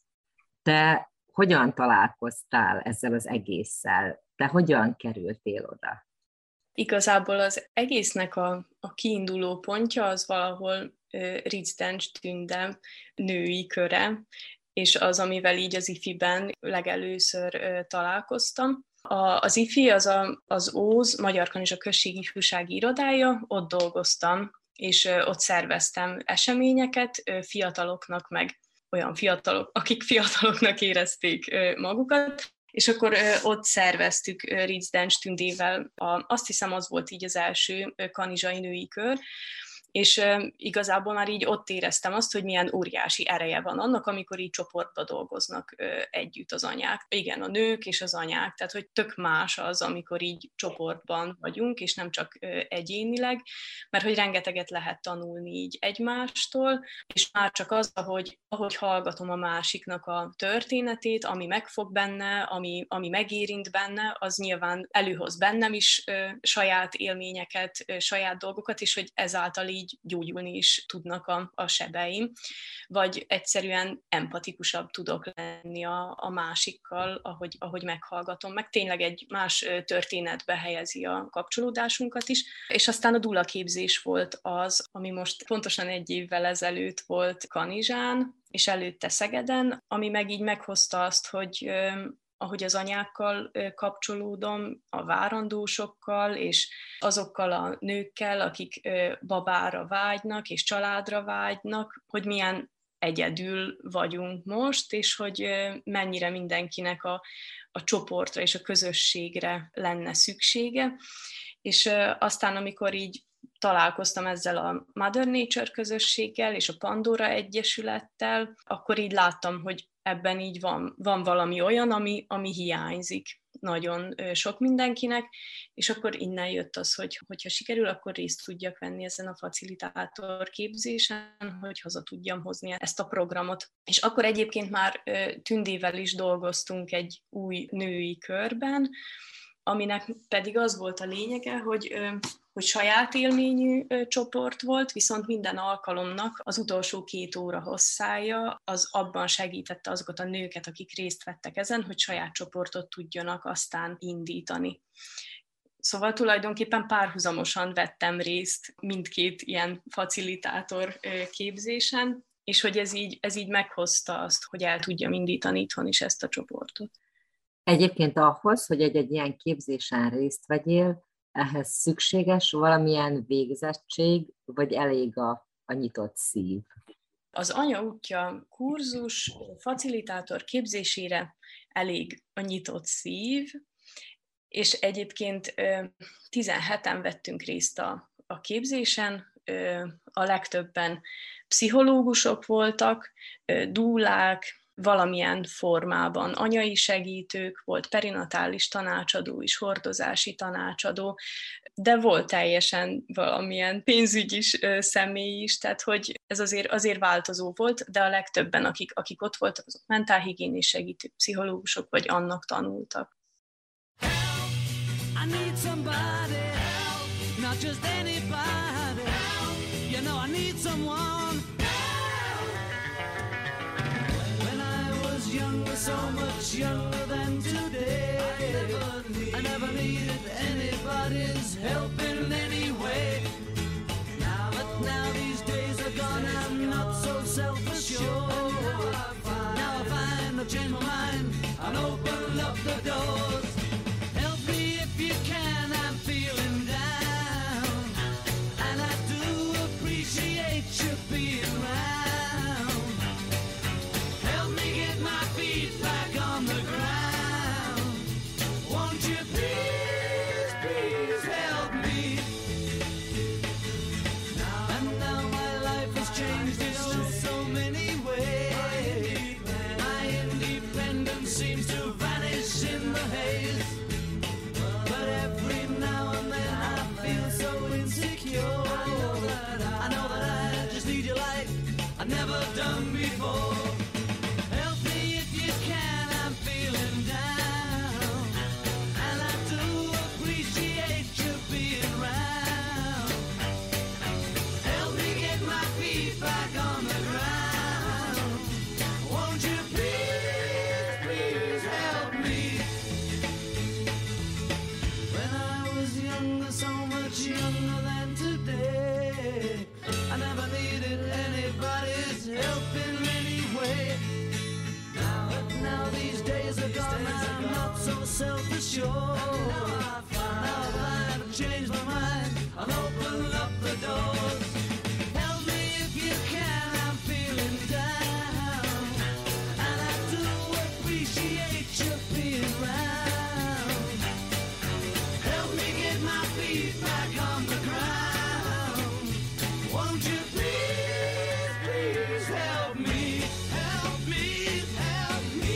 Te hogyan találkoztál ezzel az egésszel? Te hogyan kerültél oda?
Igazából az egésznek a, a kiinduló pontja az valahol uh, Rizdens Tünde női köre, és az, amivel így az ifiben legelőször uh, találkoztam. A, az ifi az a, az Óz, Magyar Kanizsa Község Ifjúsági Irodája, ott dolgoztam, és uh, ott szerveztem eseményeket uh, fiataloknak, meg olyan fiatalok, akik fiataloknak érezték uh, magukat, és akkor ö, ott szerveztük ö, Rizdens Tündével, a, azt hiszem az volt így az első ö, kanizsai női kör, és ö, igazából már így ott éreztem azt, hogy milyen óriási ereje van annak, amikor így csoportba dolgoznak ö, együtt az anyák. Igen, a nők és az anyák, tehát hogy tök más az, amikor így csoportban vagyunk, és nem csak ö, egyénileg, mert hogy rengeteget lehet tanulni így egymástól, és már csak az, ahogy, ahogy hallgatom a másiknak a történetét, ami megfog benne, ami, ami megérint benne, az nyilván előhoz bennem is ö, saját élményeket, ö, saját dolgokat, és hogy ezáltal így gyógyulni is tudnak a, a sebeim, vagy egyszerűen empatikusabb tudok lenni a, a másikkal, ahogy, ahogy meghallgatom, meg tényleg egy más történetbe helyezi a kapcsolódásunkat is, és aztán a dúlaképzés volt az, ami most pontosan egy évvel ezelőtt volt Kanizsán, és előtte Szegeden, ami meg így meghozta azt, hogy ahogy az anyákkal kapcsolódom, a várandósokkal, és azokkal a nőkkel, akik babára vágynak, és családra vágynak, hogy milyen egyedül vagyunk most, és hogy mennyire mindenkinek a, a csoportra és a közösségre lenne szüksége. És aztán, amikor így találkoztam ezzel a Mother Nature közösséggel és a Pandora Egyesülettel, akkor így láttam, hogy ebben így van, van valami olyan, ami, ami hiányzik nagyon sok mindenkinek, és akkor innen jött az, hogy hogyha sikerül, akkor részt tudjak venni ezen a facilitátor képzésen, hogy haza tudjam hozni ezt a programot. És akkor egyébként már Tündével is dolgoztunk egy új női körben, aminek pedig az volt a lényege, hogy, hogy saját élményű csoport volt, viszont minden alkalomnak az utolsó két óra hosszája az abban segítette azokat a nőket, akik részt vettek ezen, hogy saját csoportot tudjanak aztán indítani. Szóval tulajdonképpen párhuzamosan vettem részt mindkét ilyen facilitátor képzésen, és hogy ez így, ez így meghozta azt, hogy el tudjam indítani itthon is ezt a csoportot.
Egyébként ahhoz, hogy egy-egy ilyen képzésen részt vegyél, ehhez szükséges valamilyen végzettség, vagy elég a, a nyitott szív?
Az Anya útja kurzus facilitátor képzésére elég a nyitott szív, és egyébként tizenheten vettünk részt a, a képzésen, a legtöbben pszichológusok voltak, dúlák, valamilyen formában anyai segítők, volt perinatális tanácsadó is, hordozási tanácsadó, de volt teljesen valamilyen pénzügyi személy is, tehát hogy ez azért, azért változó volt, de a legtöbben, akik, akik ott voltak, azok mentálhigiénés segítők, pszichológusok, vagy annak tanultak.
I need somebody help, not just anybody help. You know I need someone help. When I was younger, so much younger than today, I never, need, I never needed anybody's help in any way. Now, but now these days are gone, I'm not so selfish. seems to vanish in the haze. But every now and then I feel so insecure. I know that I, I know that I just need you like I've never done before. Help me if you can, I'm feeling down, and I do appreciate you being around. Help me get my feet back on the ground. Won't you please, please help me? When I was younger, so much younger than today, I never needed anybody's help in any way. Now, but now these days are gone, I'm not so self-assured. Now I've changed my mind, I've opened up the doors. Help me if you can, I'm feeling down, and I do appreciate you being around. Help me get my feet back on the ground. Won't you please, please help me, help me, help me.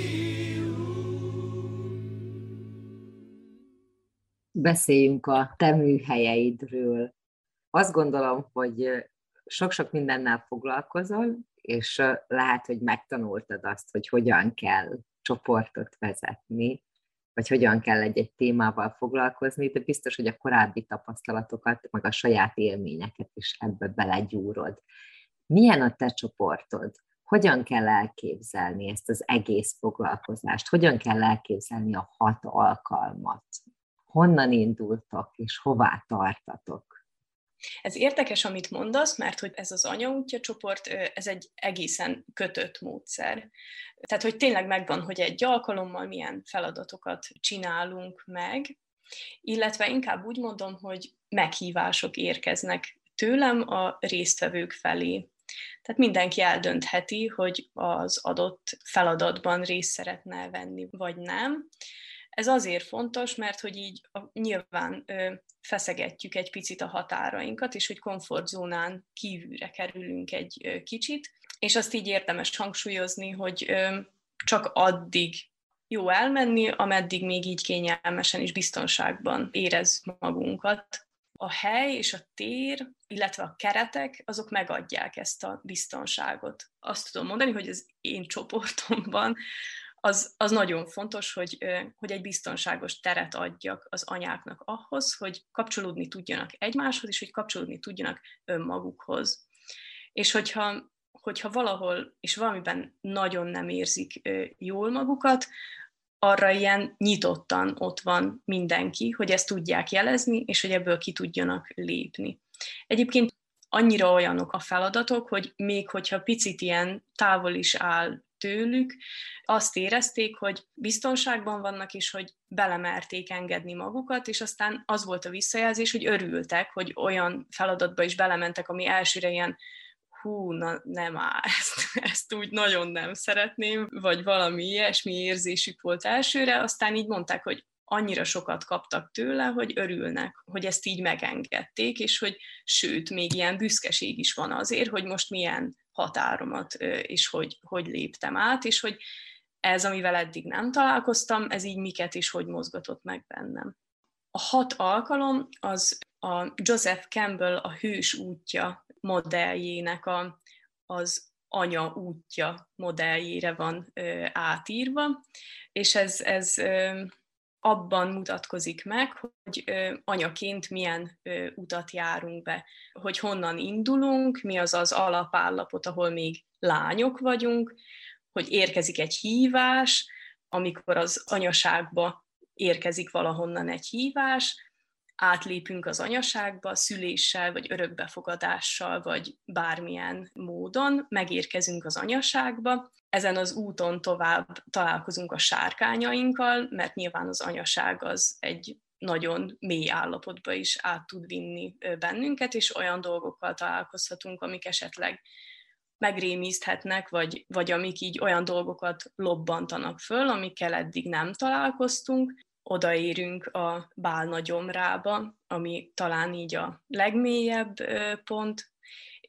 Beszéljünk a te műhelyeidről. Azt gondolom, hogy sok-sok mindennel foglalkozol, és lehet, hogy megtanultad azt, hogy hogyan kell csoportot vezetni, vagy hogyan kell egy-egy témával foglalkozni, de biztos, hogy a korábbi tapasztalatokat, meg a saját élményeket is ebbe belegyúrod. Milyen a te csoportod? Hogyan kell elképzelni ezt az egész foglalkozást? Hogyan kell elképzelni a hat alkalmat? Honnan indultok, és hová tartatok?
Ez érdekes, amit mondasz, mert hogy ez az anyaútja csoport, ez egy egészen kötött módszer. Tehát, hogy tényleg megvan, hogy egy alkalommal milyen feladatokat csinálunk meg, illetve inkább úgy mondom, hogy meghívások érkeznek tőlem a résztvevők felé. Tehát mindenki eldöntheti, hogy az adott feladatban részt szeretne venni, vagy nem. Ez azért fontos, mert hogy így a, nyilván ö, feszegetjük egy picit a határainkat, és hogy komfortzónán kívülre kerülünk egy ö, kicsit, és azt így érdemes hangsúlyozni, hogy ö, csak addig jó elmenni, ameddig még így kényelmesen és biztonságban érez magunkat. A hely és a tér, illetve a keretek, azok megadják ezt a biztonságot. Azt tudom mondani, hogy az én csoportomban Az, az nagyon fontos, hogy, hogy egy biztonságos teret adjak az anyáknak ahhoz, hogy kapcsolódni tudjanak egymáshoz, és hogy kapcsolódni tudjanak önmagukhoz. És hogyha, hogyha valahol és valamiben nagyon nem érzik jól magukat, arra ilyen nyitottan ott van mindenki, hogy ezt tudják jelezni, és hogy ebből ki tudjanak lépni. Egyébként annyira olyanok a feladatok, hogy még hogyha picit ilyen távol is áll tőlük, azt érezték, hogy biztonságban vannak, és hogy belemerték engedni magukat, és aztán az volt a visszajelzés, hogy örültek, hogy olyan feladatba is belementek, ami elsőre ilyen hú, na nem áll, ezt, ezt úgy nagyon nem szeretném, vagy valami ilyesmi érzésük volt elsőre, aztán így mondták, hogy annyira sokat kaptak tőle, hogy örülnek, hogy ezt így megengedték, és hogy sőt, még ilyen büszkeség is van azért, hogy most milyen határomat, és hogy, hogy léptem át, és hogy ez, amivel eddig nem találkoztam, ez így miket is hogy mozgatott meg bennem. A hat alkalom az a Joseph Campbell a Hős útja modelljének a, az anya útja modelljére van ö, átírva, és ez, ez ö, abban mutatkozik meg, hogy ö, anyaként milyen ö, utat járunk be, hogy honnan indulunk, mi az az alapállapot, ahol még lányok vagyunk, hogy érkezik egy hívás, amikor az anyaságba érkezik valahonnan egy hívás, átlépünk az anyaságba, szüléssel, vagy örökbefogadással, vagy bármilyen módon megérkezünk az anyaságba. Ezen az úton tovább találkozunk a sárkányainkkal, mert nyilván az anyaság az egy nagyon mély állapotba is át tud vinni bennünket, és olyan dolgokkal találkozhatunk, amik esetleg megrémiszthetnek, vagy, vagy amik így olyan dolgokat lobbantanak föl, amikkel eddig nem találkoztunk. Odaérünk a bálnagyomrába, ami talán így a legmélyebb pont,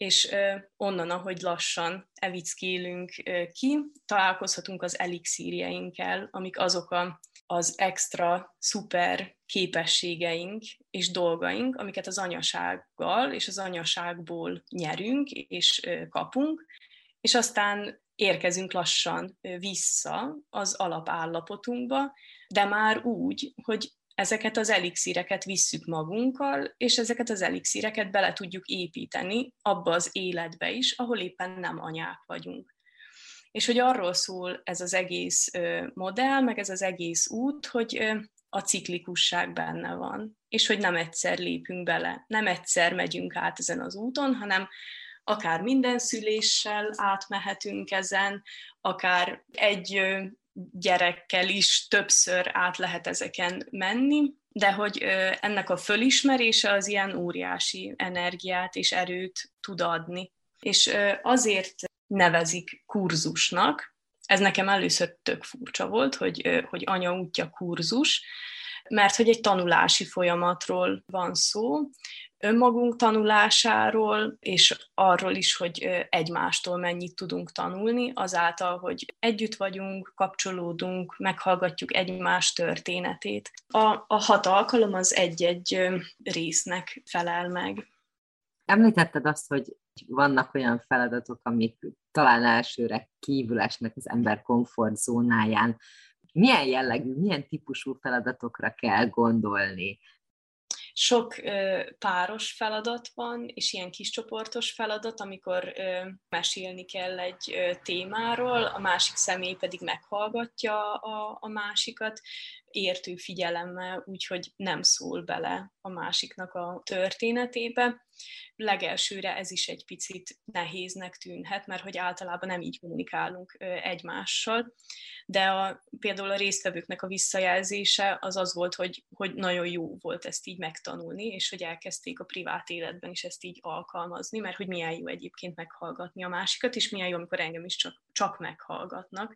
és onnan, ahogy lassan evickélünk ki, találkozhatunk az elixírjeinkkel, amik azok a, az extra, szuper képességeink és dolgaink, amiket az anyasággal és az anyaságból nyerünk és kapunk, és aztán érkezünk lassan vissza az alapállapotunkba, de már úgy, hogy ezeket az elixíreket visszük magunkkal, és ezeket az elixíreket bele tudjuk építeni abba az életbe is, ahol éppen nem anyák vagyunk. És hogy arról szól ez az egész modell, meg ez az egész út, hogy a ciklikusság benne van, és hogy nem egyszer lépünk bele, nem egyszer megyünk át ezen az úton, hanem akár minden szüléssel átmehetünk ezen, akár egy gyerekkel is többször át lehet ezeken menni, de hogy ennek a fölismerése az ilyen óriási energiát és erőt tud adni. És azért nevezik kurzusnak, ez nekem először tök furcsa volt, hogy, hogy anya útja kurzus, mert hogy egy tanulási folyamatról van szó, önmagunk tanulásáról, és arról is, hogy egymástól mennyit tudunk tanulni, azáltal, hogy együtt vagyunk, kapcsolódunk, meghallgatjuk egymás történetét. A, a hat alkalom az egy-egy résznek felel meg.
Említetted azt, hogy vannak olyan feladatok, amik talán elsőre kívül esnek az ember komfortzónáján. Milyen jellegű, milyen típusú feladatokra kell gondolni?
Sok ö, páros feladat van, és ilyen kiscsoportos feladat, amikor ö, mesélni kell egy ö, témáról, a másik személy pedig meghallgatja a, a másikat, értő figyelemmel, úgyhogy nem szól bele a másiknak a történetébe. Legelsőre ez is egy picit nehéznek tűnhet, mert hogy általában nem így kommunikálunk ö, egymással, de a, például a résztvevőknek a visszajelzése az az volt, hogy, hogy nagyon jó volt ezt így megtanulni, és hogy elkezdték a privát életben is ezt így alkalmazni, mert hogy milyen jó egyébként meghallgatni a másikat, és milyen jó, amikor engem is csak, csak meghallgatnak.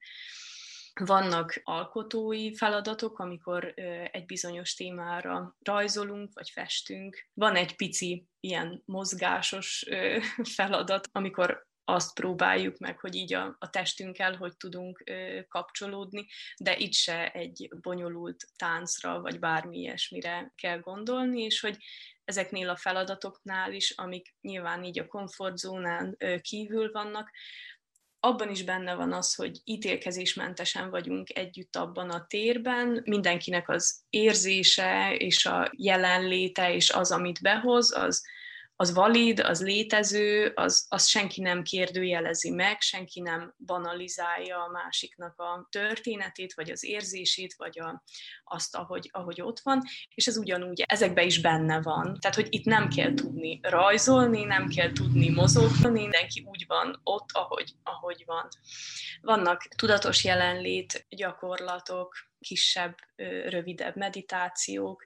Vannak alkotói feladatok, amikor egy bizonyos témára rajzolunk, vagy festünk. Van egy pici ilyen mozgásos feladat, amikor azt próbáljuk meg, hogy így a, a testünkkel hogy tudunk ö, kapcsolódni, de itt se egy bonyolult táncra, vagy bármi ilyesmire kell gondolni, és hogy ezeknél a feladatoknál is, amik nyilván így a komfortzónán ö, kívül vannak, abban is benne van az, hogy ítélkezésmentesen vagyunk együtt abban a térben, mindenkinek az érzése és a jelenléte és az, amit behoz, az az valid, az létező, az, az senki nem kérdőjelezi meg, senki nem banalizálja a másiknak a történetét, vagy az érzését, vagy a, azt, ahogy, ahogy ott van, és ez ugyanúgy ezekben is benne van. Tehát, hogy itt nem kell tudni rajzolni, nem kell tudni mozogni, mindenki úgy van ott, ahogy, ahogy van. Vannak tudatos jelenlét gyakorlatok, kisebb, rövidebb meditációk,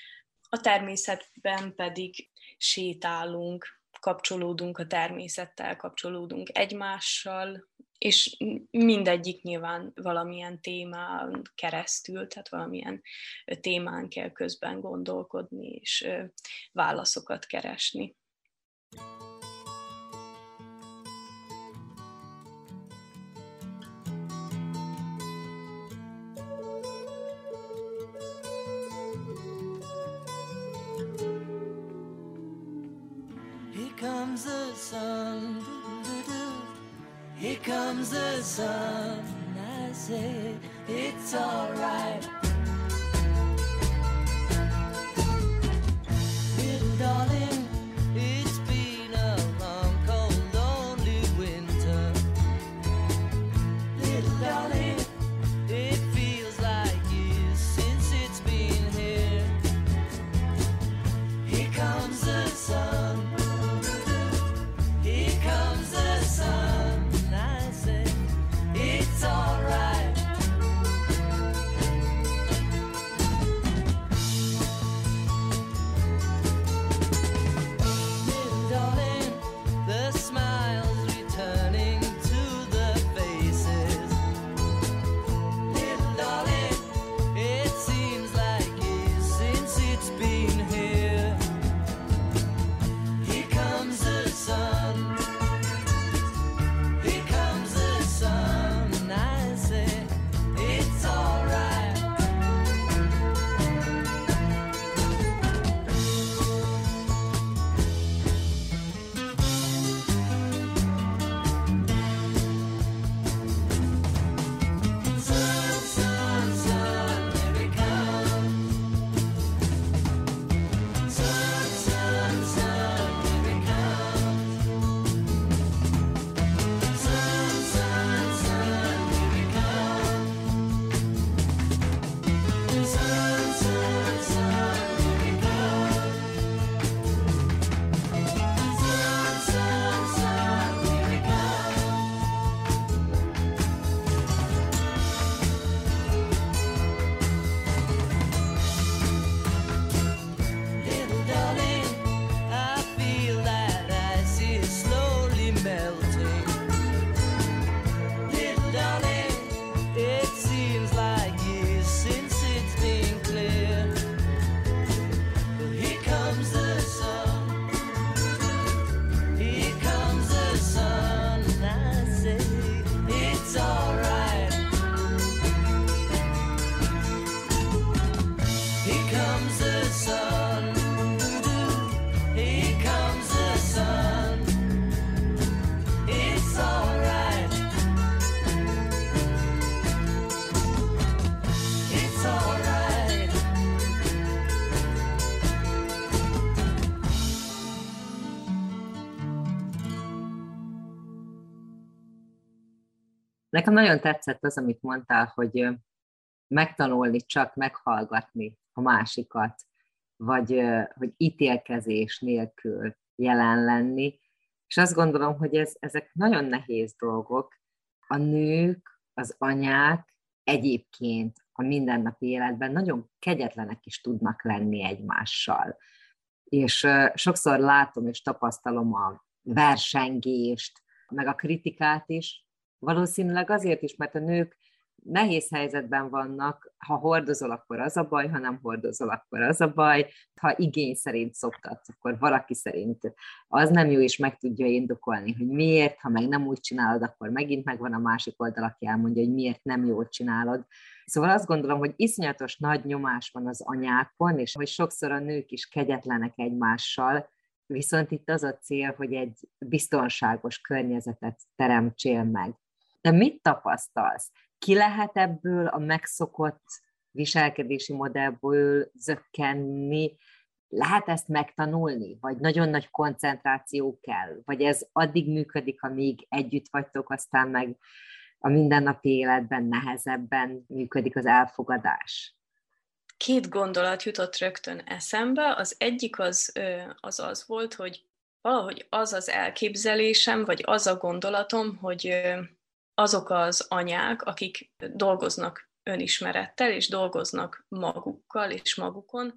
a természetben pedig sétálunk, kapcsolódunk a természettel, kapcsolódunk egymással, és mindegyik nyilván valamilyen témán keresztül, tehát valamilyen témán kell közben gondolkodni, és válaszokat keresni.
Comes the sun, doo-doo-doo. Here comes the sun, I say it's alright. Little darling, it's been a long, cold, lonely winter. Little darling, it feels like years since it's been here. Here comes the sun. It's alright.
Nekem nagyon tetszett az, amit mondtál, hogy megtanulni csak meghallgatni a másikat, vagy hogy ítélkezés nélkül jelen lenni. És azt gondolom, hogy ez, ezek nagyon nehéz dolgok. A nők, az anyák egyébként a mindennapi életben nagyon kegyetlenek is tudnak lenni egymással. És sokszor látom és tapasztalom a versengést, meg a kritikát is. Valószínűleg azért is, mert a nők nehéz helyzetben vannak, ha hordozol, akkor az a baj, ha nem hordozol, akkor az a baj, ha igény szerint szoptatsz, akkor valaki szerint az nem jó, és meg tudja indokolni, hogy miért, ha meg nem úgy csinálod, akkor megint megvan a másik oldal, aki elmondja, hogy miért nem jól csinálod. Szóval azt gondolom, hogy iszonyatos nagy nyomás van az anyákon, és hogy sokszor a nők is kegyetlenek egymással, viszont itt az a cél, hogy egy biztonságos környezetet teremtsél meg. De mit tapasztalsz? Ki lehet ebből a megszokott viselkedési modellből zökkenni? Lehet ezt megtanulni? Vagy nagyon nagy koncentráció kell? Vagy ez addig működik, amíg együtt vagytok, aztán meg a mindennapi életben nehezebben működik az elfogadás?
Két gondolat jutott rögtön eszembe. Az egyik az az, az volt, hogy valahogy az az elképzelésem, vagy az a gondolatom, hogy azok az anyák, akik dolgoznak önismerettel, és dolgoznak magukkal és magukon,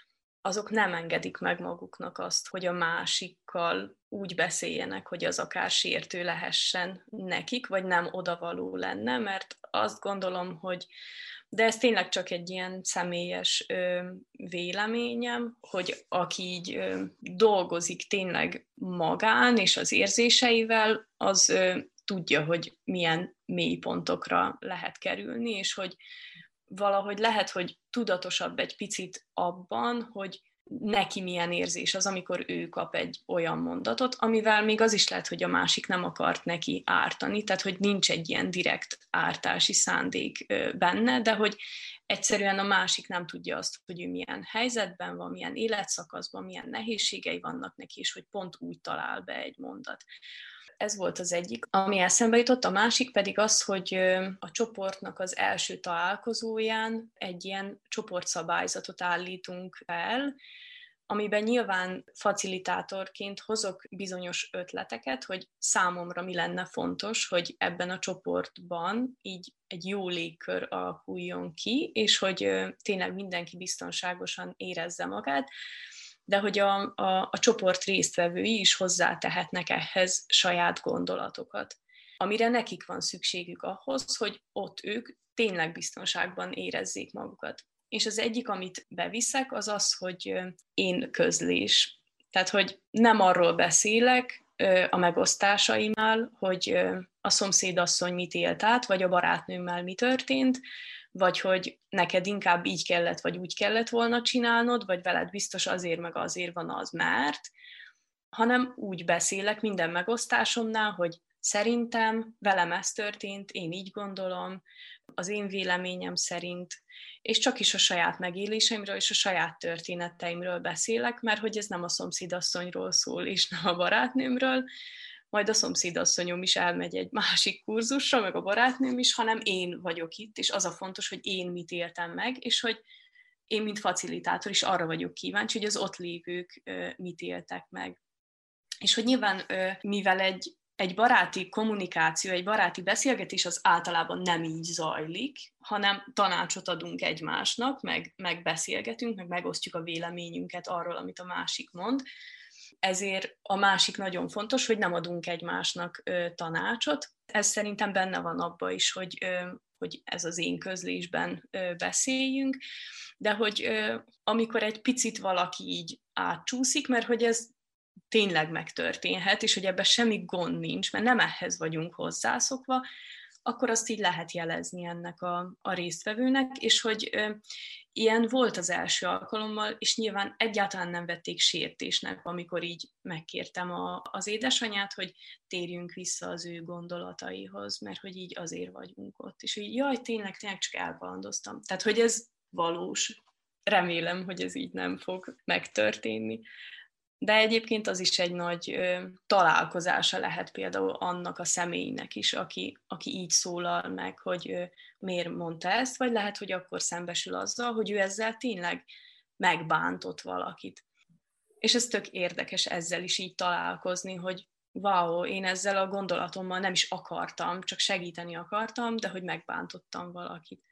azok nem engedik meg maguknak azt, hogy a másikkal úgy beszéljenek, hogy az akár sértő lehessen nekik, vagy nem odavaló lenne, mert azt gondolom, hogy de ez tényleg csak egy ilyen személyes ö, véleményem, hogy aki így ö, dolgozik tényleg magán és az érzéseivel, az ö, tudja, hogy milyen mélypontokra lehet kerülni, és hogy valahogy lehet, hogy tudatosabb egy picit abban, hogy neki milyen érzés az, amikor ő kap egy olyan mondatot, amivel még az is lehet, hogy a másik nem akart neki ártani, tehát hogy nincs egy ilyen direkt ártási szándék benne, de hogy egyszerűen a másik nem tudja azt, hogy ő milyen helyzetben van, milyen életszakaszban, milyen nehézségei vannak neki, és hogy pont úgy talál be egy mondat. Ez volt az egyik, ami eszembe jutott, a másik pedig az, hogy a csoportnak az első találkozóján egy ilyen csoportszabályzatot állítunk fel, amiben nyilván facilitátorként hozok bizonyos ötleteket, hogy számomra mi lenne fontos, hogy ebben a csoportban így egy jó légkör alakuljon ki, és hogy tényleg mindenki biztonságosan érezze magát, de hogy a, a, a csoport résztvevői is hozzátehetnek ehhez saját gondolatokat, amire nekik van szükségük ahhoz, hogy ott ők tényleg biztonságban érezzék magukat. És az egyik, amit beviszek, az az, hogy én közlés. Tehát, hogy nem arról beszélek a megosztásaimnál, hogy a szomszédasszony mit élt át, vagy a barátnőmmel mi történt, vagy hogy neked inkább így kellett, vagy úgy kellett volna csinálnod, vagy veled biztos azért, meg azért van az, mert, hanem úgy beszélek minden megosztásomnál, hogy szerintem velem ez történt, én így gondolom, az én véleményem szerint, és csak is a saját megéléseimről és a saját történeteimről beszélek, mert hogy ez nem a szomszédasszonyról szól, és nem a barátnőmről, majd a szomszédasszonyom is elmegy egy másik kurzusra, meg a barátnőm is, hanem én vagyok itt, és az a fontos, hogy én mit éltem meg, és hogy én, mint facilitátor is arra vagyok kíváncsi, hogy az ott lévők mit éltek meg. És hogy nyilván, mivel egy Egy baráti kommunikáció, egy baráti beszélgetés az általában nem így zajlik, hanem tanácsot adunk egymásnak, meg, meg beszélgetünk, meg megosztjuk a véleményünket arról, amit a másik mond. Ezért a másik nagyon fontos, hogy nem adunk egymásnak ö, tanácsot. Ez szerintem benne van abban is, hogy, ö, hogy ez az én közlésben ö, beszéljünk, de hogy ö, amikor egy picit valaki így átcsúszik, mert hogy ez tényleg megtörténhet, és hogy ebben semmi gond nincs, mert nem ehhez vagyunk hozzászokva, akkor azt így lehet jelezni ennek a, a résztvevőnek, és hogy ö, ilyen volt az első alkalommal, és nyilván egyáltalán nem vették sértésnek, amikor így megkértem a, az édesanyát, hogy térjünk vissza az ő gondolataihoz, mert hogy így azért vagyunk ott. És hogy jaj, tényleg, tényleg csak elkalandoztam. Tehát, hogy ez valós. Remélem, hogy ez így nem fog megtörténni. De egyébként az is egy nagy ö, találkozása lehet például annak a személynek is, aki, aki így szólal meg, hogy ö, miért mondta ezt, vagy lehet, hogy akkor szembesül azzal, hogy ő ezzel tényleg megbántott valakit. És ez tök érdekes ezzel is így találkozni, hogy wow, én ezzel a gondolatommal nem is akartam, csak segíteni akartam, de hogy megbántottam valakit.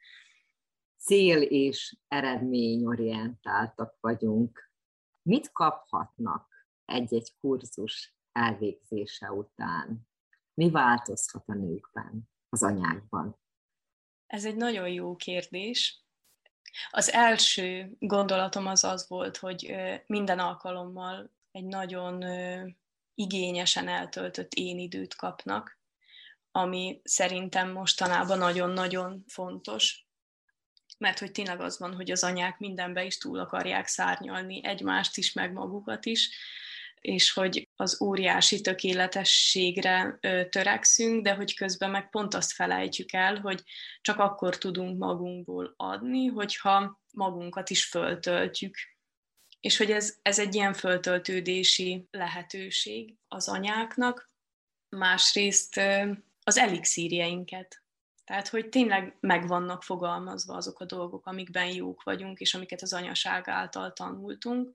Cél- és eredményorientáltak vagyunk. Mit kaphatnak egy-egy kurzus elvégzése után? Mi változhat a nőkben, az anyákban?
Ez egy nagyon jó kérdés. Az első gondolatom az az volt, hogy minden alkalommal egy nagyon igényesen eltöltött én időt kapnak, ami szerintem mostanában nagyon-nagyon fontos, mert hogy tényleg az van, hogy az anyák mindenbe is túl akarják szárnyalni, egymást is, meg magukat is, és hogy az óriási tökéletességre ö, törekszünk, de hogy közben meg pont azt felejtjük el, hogy csak akkor tudunk magunkból adni, hogyha magunkat is föltöltjük. És hogy ez, ez egy ilyen föltöltődési lehetőség az anyáknak, másrészt ö, az elixírjeinket. Tehát, hogy tényleg meg vannak fogalmazva azok a dolgok, amikben jók vagyunk, és amiket az anyaság által tanultunk.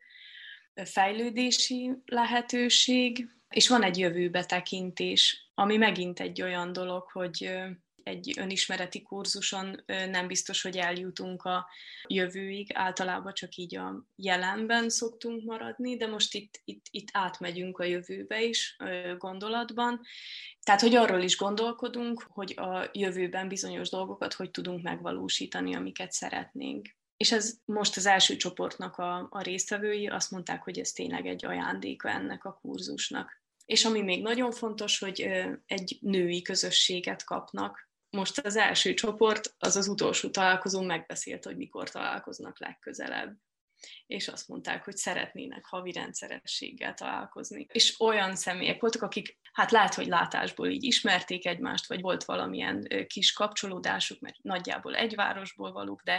Fejlődési lehetőség, és van egy jövőbe tekintés, ami megint egy olyan dolog, hogy egy önismereti kurzuson nem biztos, hogy eljutunk a jövőig, általában csak így a jelenben szoktunk maradni, de most itt, itt, itt átmegyünk a jövőbe is gondolatban. Tehát, hogy arról is gondolkodunk, hogy a jövőben bizonyos dolgokat hogy tudunk megvalósítani, amiket szeretnénk. És ez most az első csoportnak a, a résztvevői azt mondták, hogy ez tényleg egy ajándéka ennek a kurzusnak. És ami még nagyon fontos, hogy egy női közösséget kapnak. Most az első csoport, az az utolsó találkozón megbeszélt, hogy mikor találkoznak legközelebb. És azt mondták, hogy szeretnének havi rendszerességgel találkozni. És olyan személyek voltak, akik hát lehet, hogy látásból így ismerték egymást, vagy volt valamilyen kis kapcsolódásuk, mert nagyjából egy városból valók, de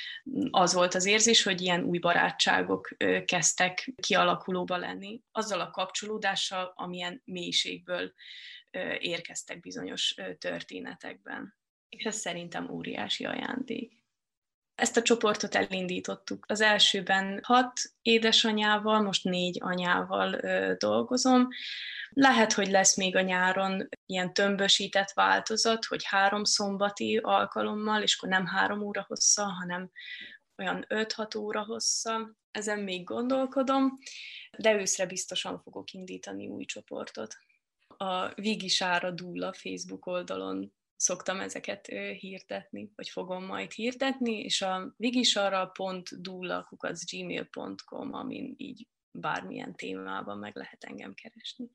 az volt az érzés, hogy ilyen új barátságok kezdtek kialakulóba lenni, azzal a kapcsolódással, amilyen mélységből érkeztek bizonyos történetekben. És ez szerintem óriási ajándék. Ezt a csoportot elindítottuk. Az elsőben hat édesanyával, most négy anyával ö, dolgozom. Lehet, hogy lesz még a nyáron ilyen tömbösített változat, hogy három szombati alkalommal, és akkor nem három óra hossza, hanem olyan öt-hat óra hossza. Ezen még gondolkodom, de őszre biztosan fogok indítani új csoportot. A Vigi Sára Dúla Facebook oldalon szoktam ezeket hirdetni, vagy fogom majd hirdetni, és a vigisara pont dula kukac gmail pont com, amin így bármilyen témában meg lehet engem keresni.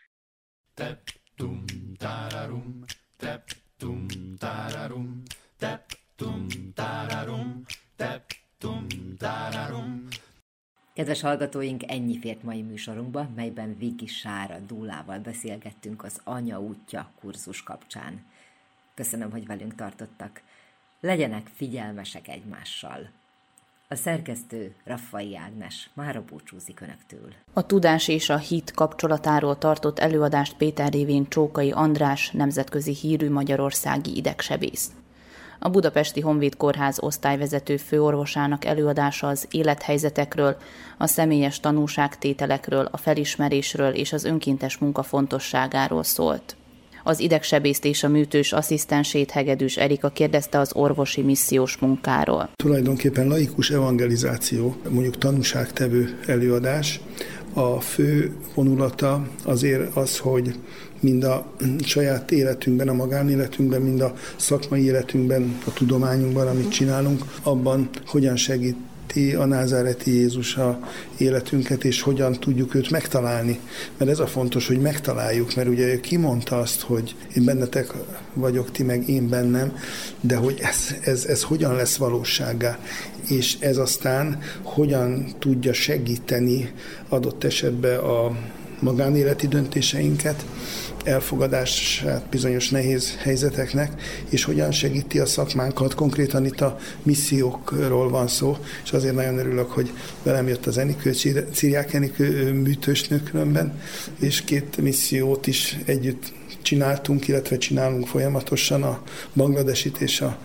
Tep-tum, tararum, tep-tum, tararum, tep-tum, tararum, tep-tum, tararum.
Kedves hallgatóink, ennyi fért mai műsorunkba, melyben Vigi Sára Dúlával beszélgettünk az Anya útja kurzus kapcsán. Köszönöm, hogy velünk tartottak. Legyenek figyelmesek egymással. A szerkesztő Raffai Ágnes mára búcsúzik Önöktől.
A tudás és a hit kapcsolatáról tartott előadást Péter révén Csókai András, nemzetközi hírű magyarországi idegsebész. A Budapesti Honvéd Kórház osztályvezető főorvosának előadása az élethelyzetekről, a személyes tanúságtételekről, a felismerésről és az önkéntes munka fontosságáról szólt. Az idegsebészt és a műtős asszisztensét, Hegedűs Erika kérdezte az orvosi missziós munkáról.
Tulajdonképpen laikus evangelizáció, mondjuk tanúságtevő előadás. A fő vonulata azért az, hogy mind a saját életünkben, a magánéletünkben, mind a szakmai életünkben, a tudományunkban, amit csinálunk, abban hogyan segít a názáreti Jézus a életünket, és hogyan tudjuk őt megtalálni. Mert ez a fontos, hogy megtaláljuk, mert ugye ő kimondta azt, hogy én bennetek vagyok, ti meg én bennem, de hogy ez, ez, ez hogyan lesz valósággá, és ez aztán hogyan tudja segíteni adott esetben a magánéleti döntéseinket, elfogadását bizonyos nehéz helyzeteknek, és hogyan segíti a szakmánkat. Konkrétan itt a missziókról van szó, és azért nagyon örülök, hogy velem jött az Enikő, Ciriák Enikő műtősnő különben, és két missziót is együtt csináltunk, illetve csinálunk folyamatosan, a bangladesit és a,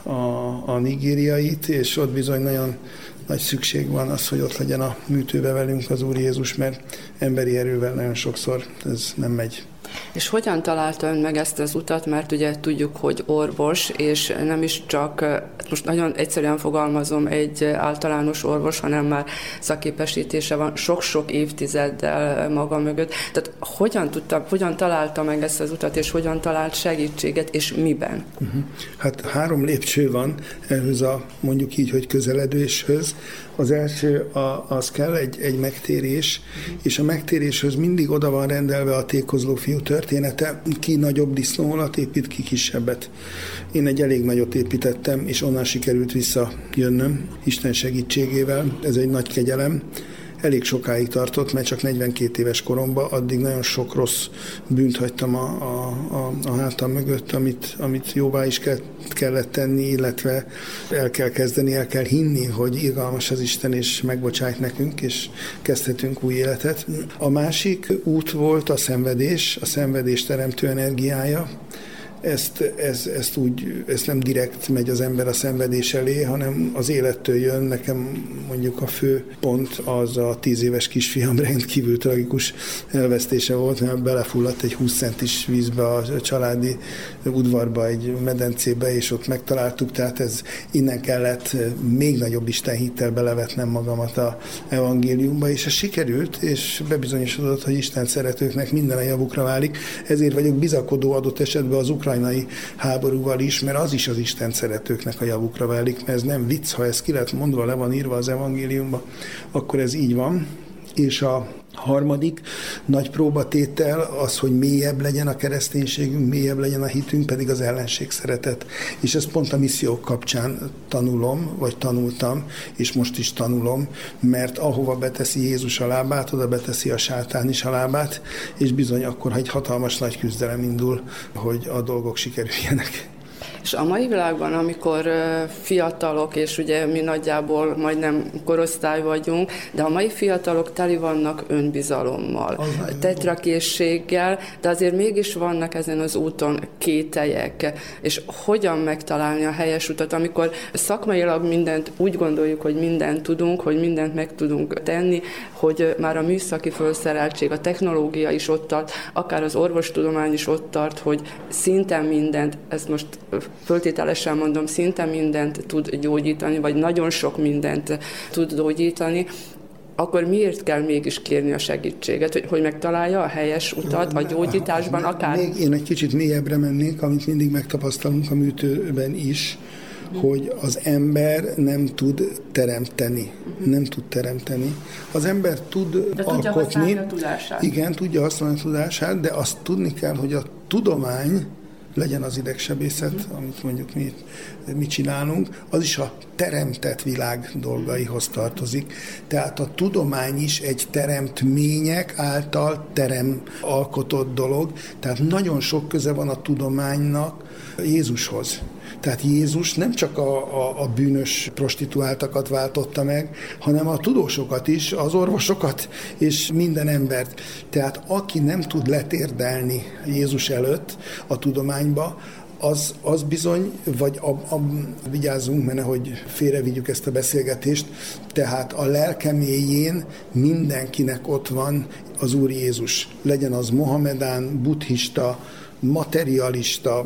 a, a nigériait, és ott bizony nagyon nagy szükség van az, hogy ott legyen a műtőbe velünk az Úr Jézus, mert emberi erővel nagyon sokszor ez nem megy.
És hogyan találta ön meg ezt az utat, mert ugye tudjuk, hogy orvos, és nem is csak, most nagyon egyszerűen fogalmazom, egy általános orvos, hanem már szakképesítése van sok-sok évtizeddel maga mögött. Tehát hogyan tudta, hogyan találta meg ezt az utat, és hogyan talált segítséget, és miben?
Uh-huh. Hát három lépcső van ehhez a, mondjuk így, hogy közeledéshöz. Az első, a, az kell egy, egy megtérés, uh-huh. és a megtéréshez mindig oda van rendelve a tékozló fiú története, ki nagyobb disznóolat épít, ki kisebbet. Én egy elég nagyot építettem, és onnan sikerült visszajönnöm, Isten segítségével. Ez egy nagy kegyelem. Elég sokáig tartott, mert csak negyvenkét éves koromban, addig nagyon sok rossz bűnt hagytam a, a, a, a hátam mögött, amit, amit jóvá is kell, kellett tenni, illetve el kell kezdeni, el kell hinni, hogy irgalmas az Isten, és megbocsájt nekünk, és kezdhetünk új életet. A másik út volt a szenvedés, a szenvedés teremtő energiája. Ezt, ez, ezt úgy, ezt nem direkt megy az ember a szenvedés elé, hanem az élettől jön. Nekem mondjuk a fő pont az a tíz éves kisfiam rendkívül tragikus elvesztése volt, mert belefulladt egy húsz centis vízbe a családi udvarba, egy medencébe, és ott megtaláltuk, tehát ez innen kellett még nagyobb istenhittel belevetnem magamat az evangéliumba, és ez sikerült, és bebizonyosodott, hogy Isten szeretőknek minden a javukra válik. Ezért vagyok bizakodó adott esetben az ukrajnai háborúval is, mert az is az Isten szeretőknek a javukra válik, mert ez nem vicc, ha ez ki lett mondva, le van írva az evangéliumban, akkor ez így van. És a harmadik nagy próbatétel az, hogy mélyebb legyen a kereszténységünk, mélyebb legyen a hitünk, pedig az ellenség szeretet. És ezt pont a missziók kapcsán tanulom, vagy tanultam, és most is tanulom, mert ahova beteszi Jézus a lábát, oda beteszi a sátán is a lábát, és bizony akkor egy hatalmas nagy küzdelem indul, hogy a dolgok sikerüljenek.
És a mai világban, amikor fiatalok, és ugye mi nagyjából majdnem korosztály vagyunk, de a mai fiatalok teli vannak önbizalommal, tetrakészséggel, de azért mégis vannak ezen az úton kételyek, és hogyan megtalálni a helyes utat, amikor szakmailag mindent úgy gondoljuk, hogy mindent tudunk, hogy mindent meg tudunk tenni, hogy már a műszaki felszereltség, a technológia is ott tart, akár az orvostudomány is ott tart, hogy szinte mindent, ezt most föltételesen mondom, szinte mindent tud gyógyítani, vagy nagyon sok mindent tud gyógyítani, akkor miért kell mégis kérni a segítséget, hogy, hogy megtalálja a helyes utat a gyógyításban, akár...
Még én egy kicsit mélyebbre mennék, amit mindig megtapasztalunk a műtőben is, hogy az ember nem tud teremteni. Nem tud teremteni. Az ember tud
de
alkotni.
Tudja használni a tudását.
Igen, tudja használni a tudását, de azt tudni kell, hogy a tudomány, legyen az idegsebészet, uh-huh. amit mondjuk mi, mi csinálunk, az is a teremtett világ dolgaihoz tartozik. Tehát a tudomány is egy teremtmények által terem alkotott dolog, tehát nagyon sok köze van a tudománynak Jézushoz. Tehát Jézus nem csak a, a, a bűnös prostituáltakat váltotta meg, hanem a tudósokat is, az orvosokat és minden embert. Tehát aki nem tud letérdelni Jézus előtt a tudományba, az, az bizony, vagy a, a, vigyázzunk, mert nehogy félrevigyük ezt a beszélgetést, tehát a lelke mélyén mindenkinek ott van az Úr Jézus. Legyen az mohamedán, buddhista, materialista,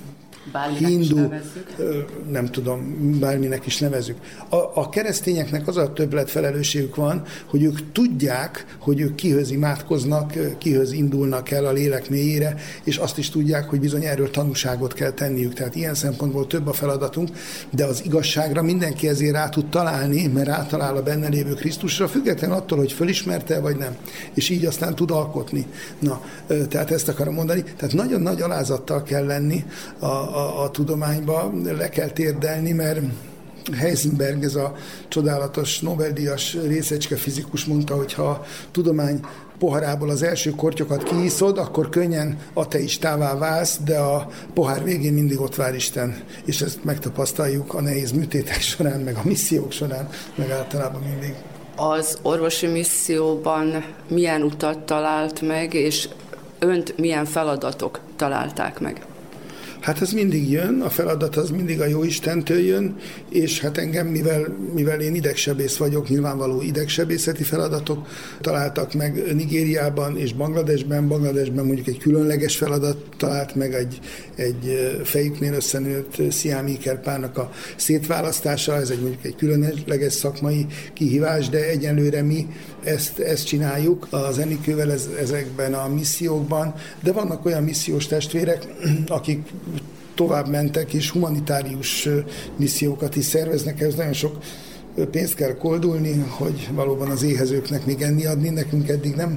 hindu, nem tudom, bárminek is nevezzük. A, a keresztényeknek az a többlet felelősségük van, hogy ők tudják, hogy ők kihöz imádkoznak, kihöz indulnak el a lélek mélyére, és azt is tudják, hogy bizony erről tanúságot kell tenniük. Tehát ilyen szempontból több a feladatunk, de az igazságra mindenki ezért rá tud találni, mert rátalál a benne lévő Krisztusra, független attól, hogy fölismerte vagy nem. És így aztán tud alkotni. Na, tehát ezt akarom mondani. Tehát nagyon nagy alázattal kell lenni a A, a tudományba, le kell térdelni, mert Heisenberg, ez a csodálatos Nobel-díjas részecske fizikus mondta, hogy ha a tudomány poharából az első kortyokat kiiszod, akkor könnyen ateistává válsz, de a pohár végén mindig ott vár Isten. És ezt megtapasztaljuk a nehéz műtétek során, meg a missziók során, meg általában mindig.
Az orvosi misszióban milyen utat talált meg, és önt milyen feladatok találták meg?
Hát ez mindig jön, a feladat az mindig a Jóistentől jön, és hát engem, mivel, mivel én idegsebész vagyok, nyilvánvaló idegsebészeti feladatok találtak meg Nigériában és Bangladesben. Bangladesben mondjuk egy különleges feladat talált meg egy, egy fejüknél összenőtt sziámíkerpárnak a szétválasztása, ez egy mondjuk egy különleges szakmai kihívás, de egyelőre mi ezt, ezt csináljuk az Enikővel ez, ezekben a missziókban, de vannak olyan missziós testvérek, akik tovább mentek, és humanitárius missziókat is szerveznek, ez nagyon sok pénzt kell koldulni, hogy valóban az éhezőknek még enni adni, nekünk eddig nem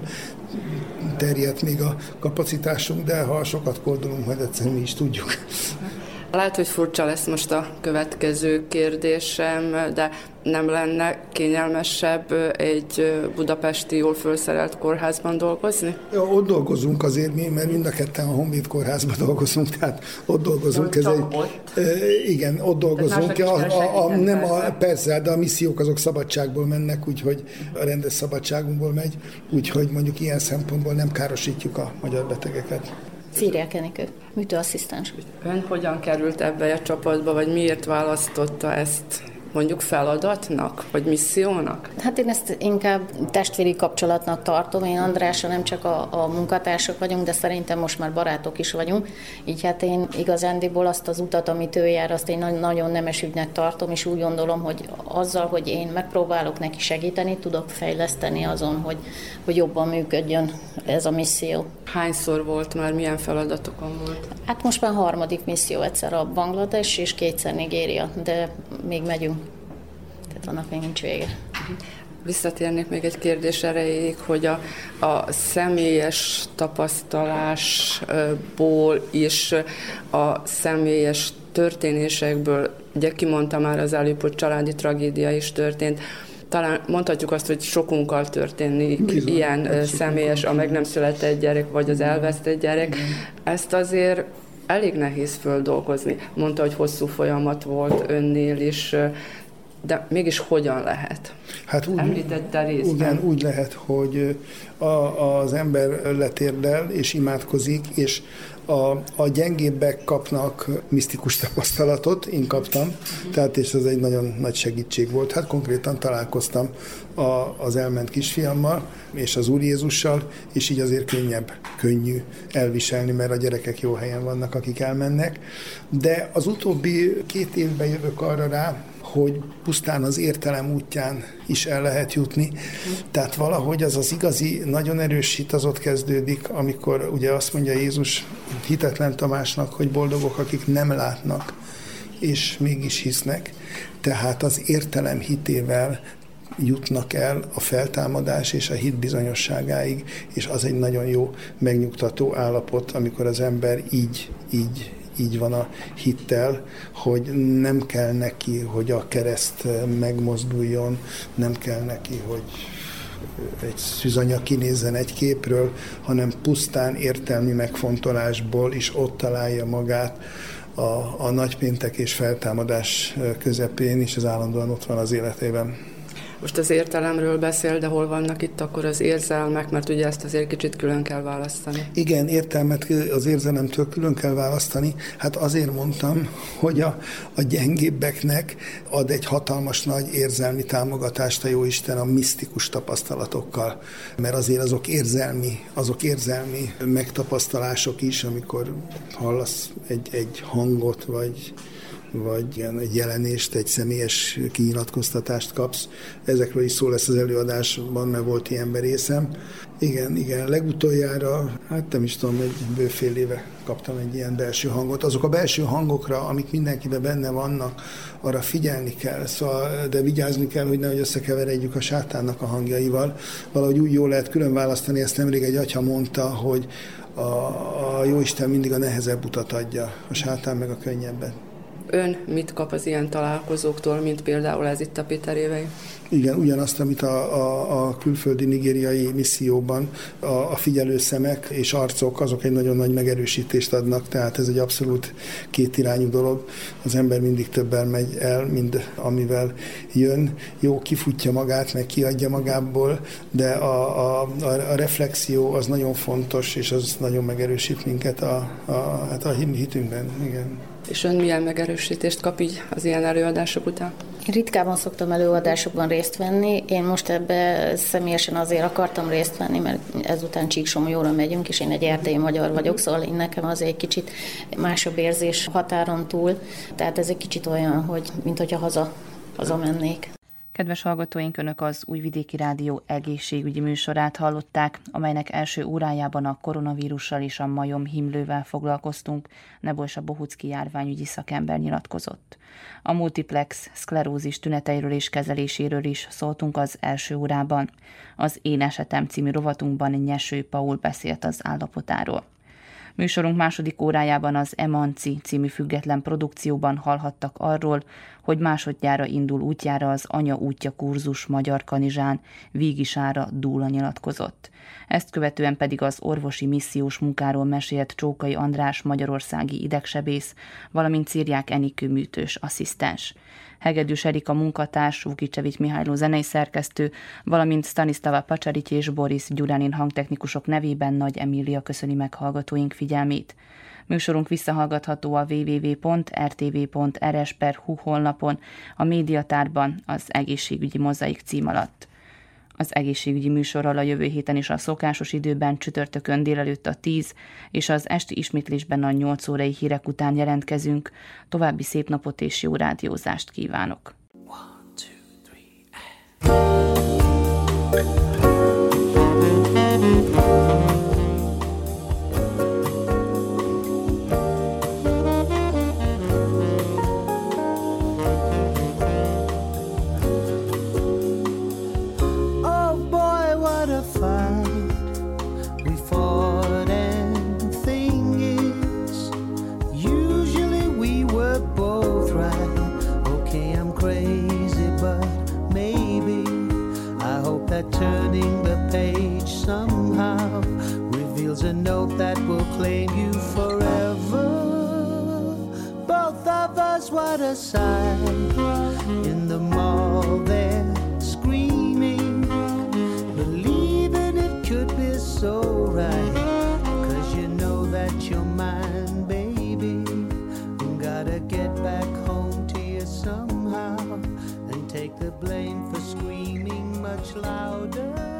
terjedt még a kapacitásunk, de ha sokat koldulunk, majd egyszerűen mi is tudjuk.
Lehet, hogy furcsa lesz most a következő kérdésem, de nem lenne kényelmesebb egy budapesti jól felszerelt kórházban dolgozni?
Ja, ott dolgozunk azért mi, mert mind a ketten a Honvéd kórházban dolgozunk, tehát ott dolgozunk. Ez egy, ott? Igen, ott dolgozunk. A, a, a, nem a, persze, de a missziók azok szabadságból mennek, úgyhogy a rendes szabadságunkból megy, úgyhogy mondjuk ilyen szempontból nem károsítjuk a magyar betegeket.
Círiák Enikő, műtőasszisztens.
Ön hogyan került ebbe a csapatba, vagy miért választotta ezt mondjuk feladatnak, vagy missziónak?
Hát én ezt inkább testvéri kapcsolatnak tartom. Én Andrással nem csak a, a munkatársak vagyunk, de szerintem most már barátok is vagyunk. Így hát én igazándiból azt az utat, amit ő jár, azt én nagyon nemes ügynek tartom, és úgy gondolom, hogy azzal, hogy én megpróbálok neki segíteni, tudok fejleszteni azon, hogy, hogy jobban működjön ez a misszió.
Hányszor volt már, milyen feladatokon volt?
Hát most már harmadik misszió, egyszer a Banglades és kétszer Nigéria, de még megyünk. Tehát annak még nincs vége.
Visszatérnék még egy kérdés erejéig, hogy a, a személyes tapasztalásból is, a személyes történésekből, ugye kimondta már az előbb, hogy családi tragédia is történt, talán mondhatjuk azt, hogy sokunkkal történik Bizony, ilyen személyes, a meg nem született gyerek, vagy az elvesztett gyerek. Ezt azért elég nehéz földolgozni. Mondta, hogy hosszú folyamat volt önnél is, de mégis hogyan lehet?
Hát úgy,
Említette részben.
Igen, úgy lehet, hogy a, az ember letérdel és imádkozik, és a, a gyengébbek kapnak misztikus tapasztalatot, én kaptam, uh-huh. tehát és ez egy nagyon nagy segítség volt. Hát konkrétan találkoztam a, az elment kisfiammal, és az Úr Jézussal, és így azért könnyebb, könnyű elviselni, mert a gyerekek jó helyen vannak, akik elmennek. De az utóbbi két évben jövök arra rá, hogy pusztán az értelem útján is el lehet jutni. Tehát valahogy az az igazi, nagyon erős hit az ott kezdődik, amikor ugye azt mondja Jézus hitetlen Tamásnak, hogy boldogok, akik nem látnak, és mégis hisznek. Tehát az értelem hitével jutnak el a feltámadás és a hit bizonyosságáig, és az egy nagyon jó, megnyugtató állapot, amikor az ember így, így, így van a hittel, hogy nem kell neki, hogy a kereszt megmozduljon, nem kell neki, hogy egy szűzanya kinézzen egy képről, hanem pusztán értelmi megfontolásból is ott találja magát a, a nagypéntek és feltámadás közepén, és ez állandóan ott van az életében.
Most az értelemről beszél, de hol vannak itt akkor az érzelmek, mert ugye ezt azért kicsit külön kell választani.
Igen, értelmet az érzelemtől külön kell választani. Hát azért mondtam, hogy a, a gyengébbeknek ad egy hatalmas nagy érzelmi támogatást a Jóisten a misztikus tapasztalatokkal. Mert azért azok érzelmi, azok érzelmi megtapasztalások is, amikor hallasz egy, egy hangot, vagy vagy egy jelenést, egy személyes kinyilatkoztatást kapsz. Ezekről is szó lesz az előadásban, mert volt ilyen berészem. Igen, igen, legutoljára, hát nem is tudom, egy bőfél éve kaptam egy ilyen belső hangot. Azok a belső hangokra, amik mindenkiben benne vannak, arra figyelni kell, szóval, de vigyázni kell, hogy nehogy összekeveredjük a sátánnak a hangjaival. Valahogy úgy jól lehet külön választani, ezt nemrég egy atya mondta, hogy a, a Jóisten mindig a nehezebb utat adja, a sátán meg a könnyebbet.
ön mit kap az ilyen találkozóktól, mint például ez itt a Piterévei?
Igen, ugyanazt, amit a, a, a külföldi nigériai misszióban a, a figyelő szemek és arcok, azok egy nagyon nagy megerősítést adnak, tehát ez egy abszolút kétirányú dolog. Az ember mindig többen megy el, mint amivel jön. Jó, kifutja magát, meg kiadja magából, de a, a, a reflexió az nagyon fontos, és az nagyon megerősít minket a, a, hát a hitünkben. Igen.
És ön milyen megerősítést kap így az ilyen előadások után?
Én ritkában szoktam előadásokban részt venni. Én most ebbe személyesen azért akartam részt venni, mert ezután Csíksomlyóra megyünk, és én egy erdélyi magyar vagyok, szóval én nekem azért egy kicsit másabb érzés határon túl. Tehát ez egy kicsit olyan, hogy mint hogyha haza, haza mennék.
Kedves hallgatóink, Önök az Újvidéki Rádió egészségügyi műsorát hallották, amelynek első órájában a koronavírussal és a majomhimlővel foglalkoztunk, Nebojsa Bohucki járványügyi szakember nyilatkozott. A multiplex szklerózis tüneteiről és kezeléséről is szóltunk az első órában. Az Én esetem című rovatunkban Nyeső Paul beszélt az állapotáról. Műsorunk második órájában az Emanci című független produkcióban hallhattak arról, hogy másodjára indul útjára az Anya útja kurzus Magyarkanizsán, Vígisára Dúla nyilatkozott. Ezt követően pedig az orvosi missziós munkáról mesélt Csókai András magyarországi idegsebész, valamint Cirják Enikő műtős asszisztens. Hegedűs Erika munkatárs, Vukicsevics Mihályló zenei szerkesztő, valamint Stanislava Pacsarics és Boris Gyuránin hangtechnikusok nevében Nagy Emília köszöni meg hallgatóink figyelmét. Műsorunk visszahallgatható a double-u double-u double-u pont r t v pont r s pont h u honlapon, a médiatárban az egészségügyi mozaik cím alatt. Az egészségügyi műsorral a jövő héten is a szokásos időben csütörtökön délelőtt a tíz és az esti ismétlésben a nyolc órai hírek után jelentkezünk. További szép napot és jó rádiózást kívánok! One, two, three,
turning the page somehow reveals a note that will claim you forever. Both of us, what a sight. In the mall they're screaming, believing it could be so right. Cause you know that you're mine, baby. Gotta get back home to you somehow and take the blame for screaming much louder.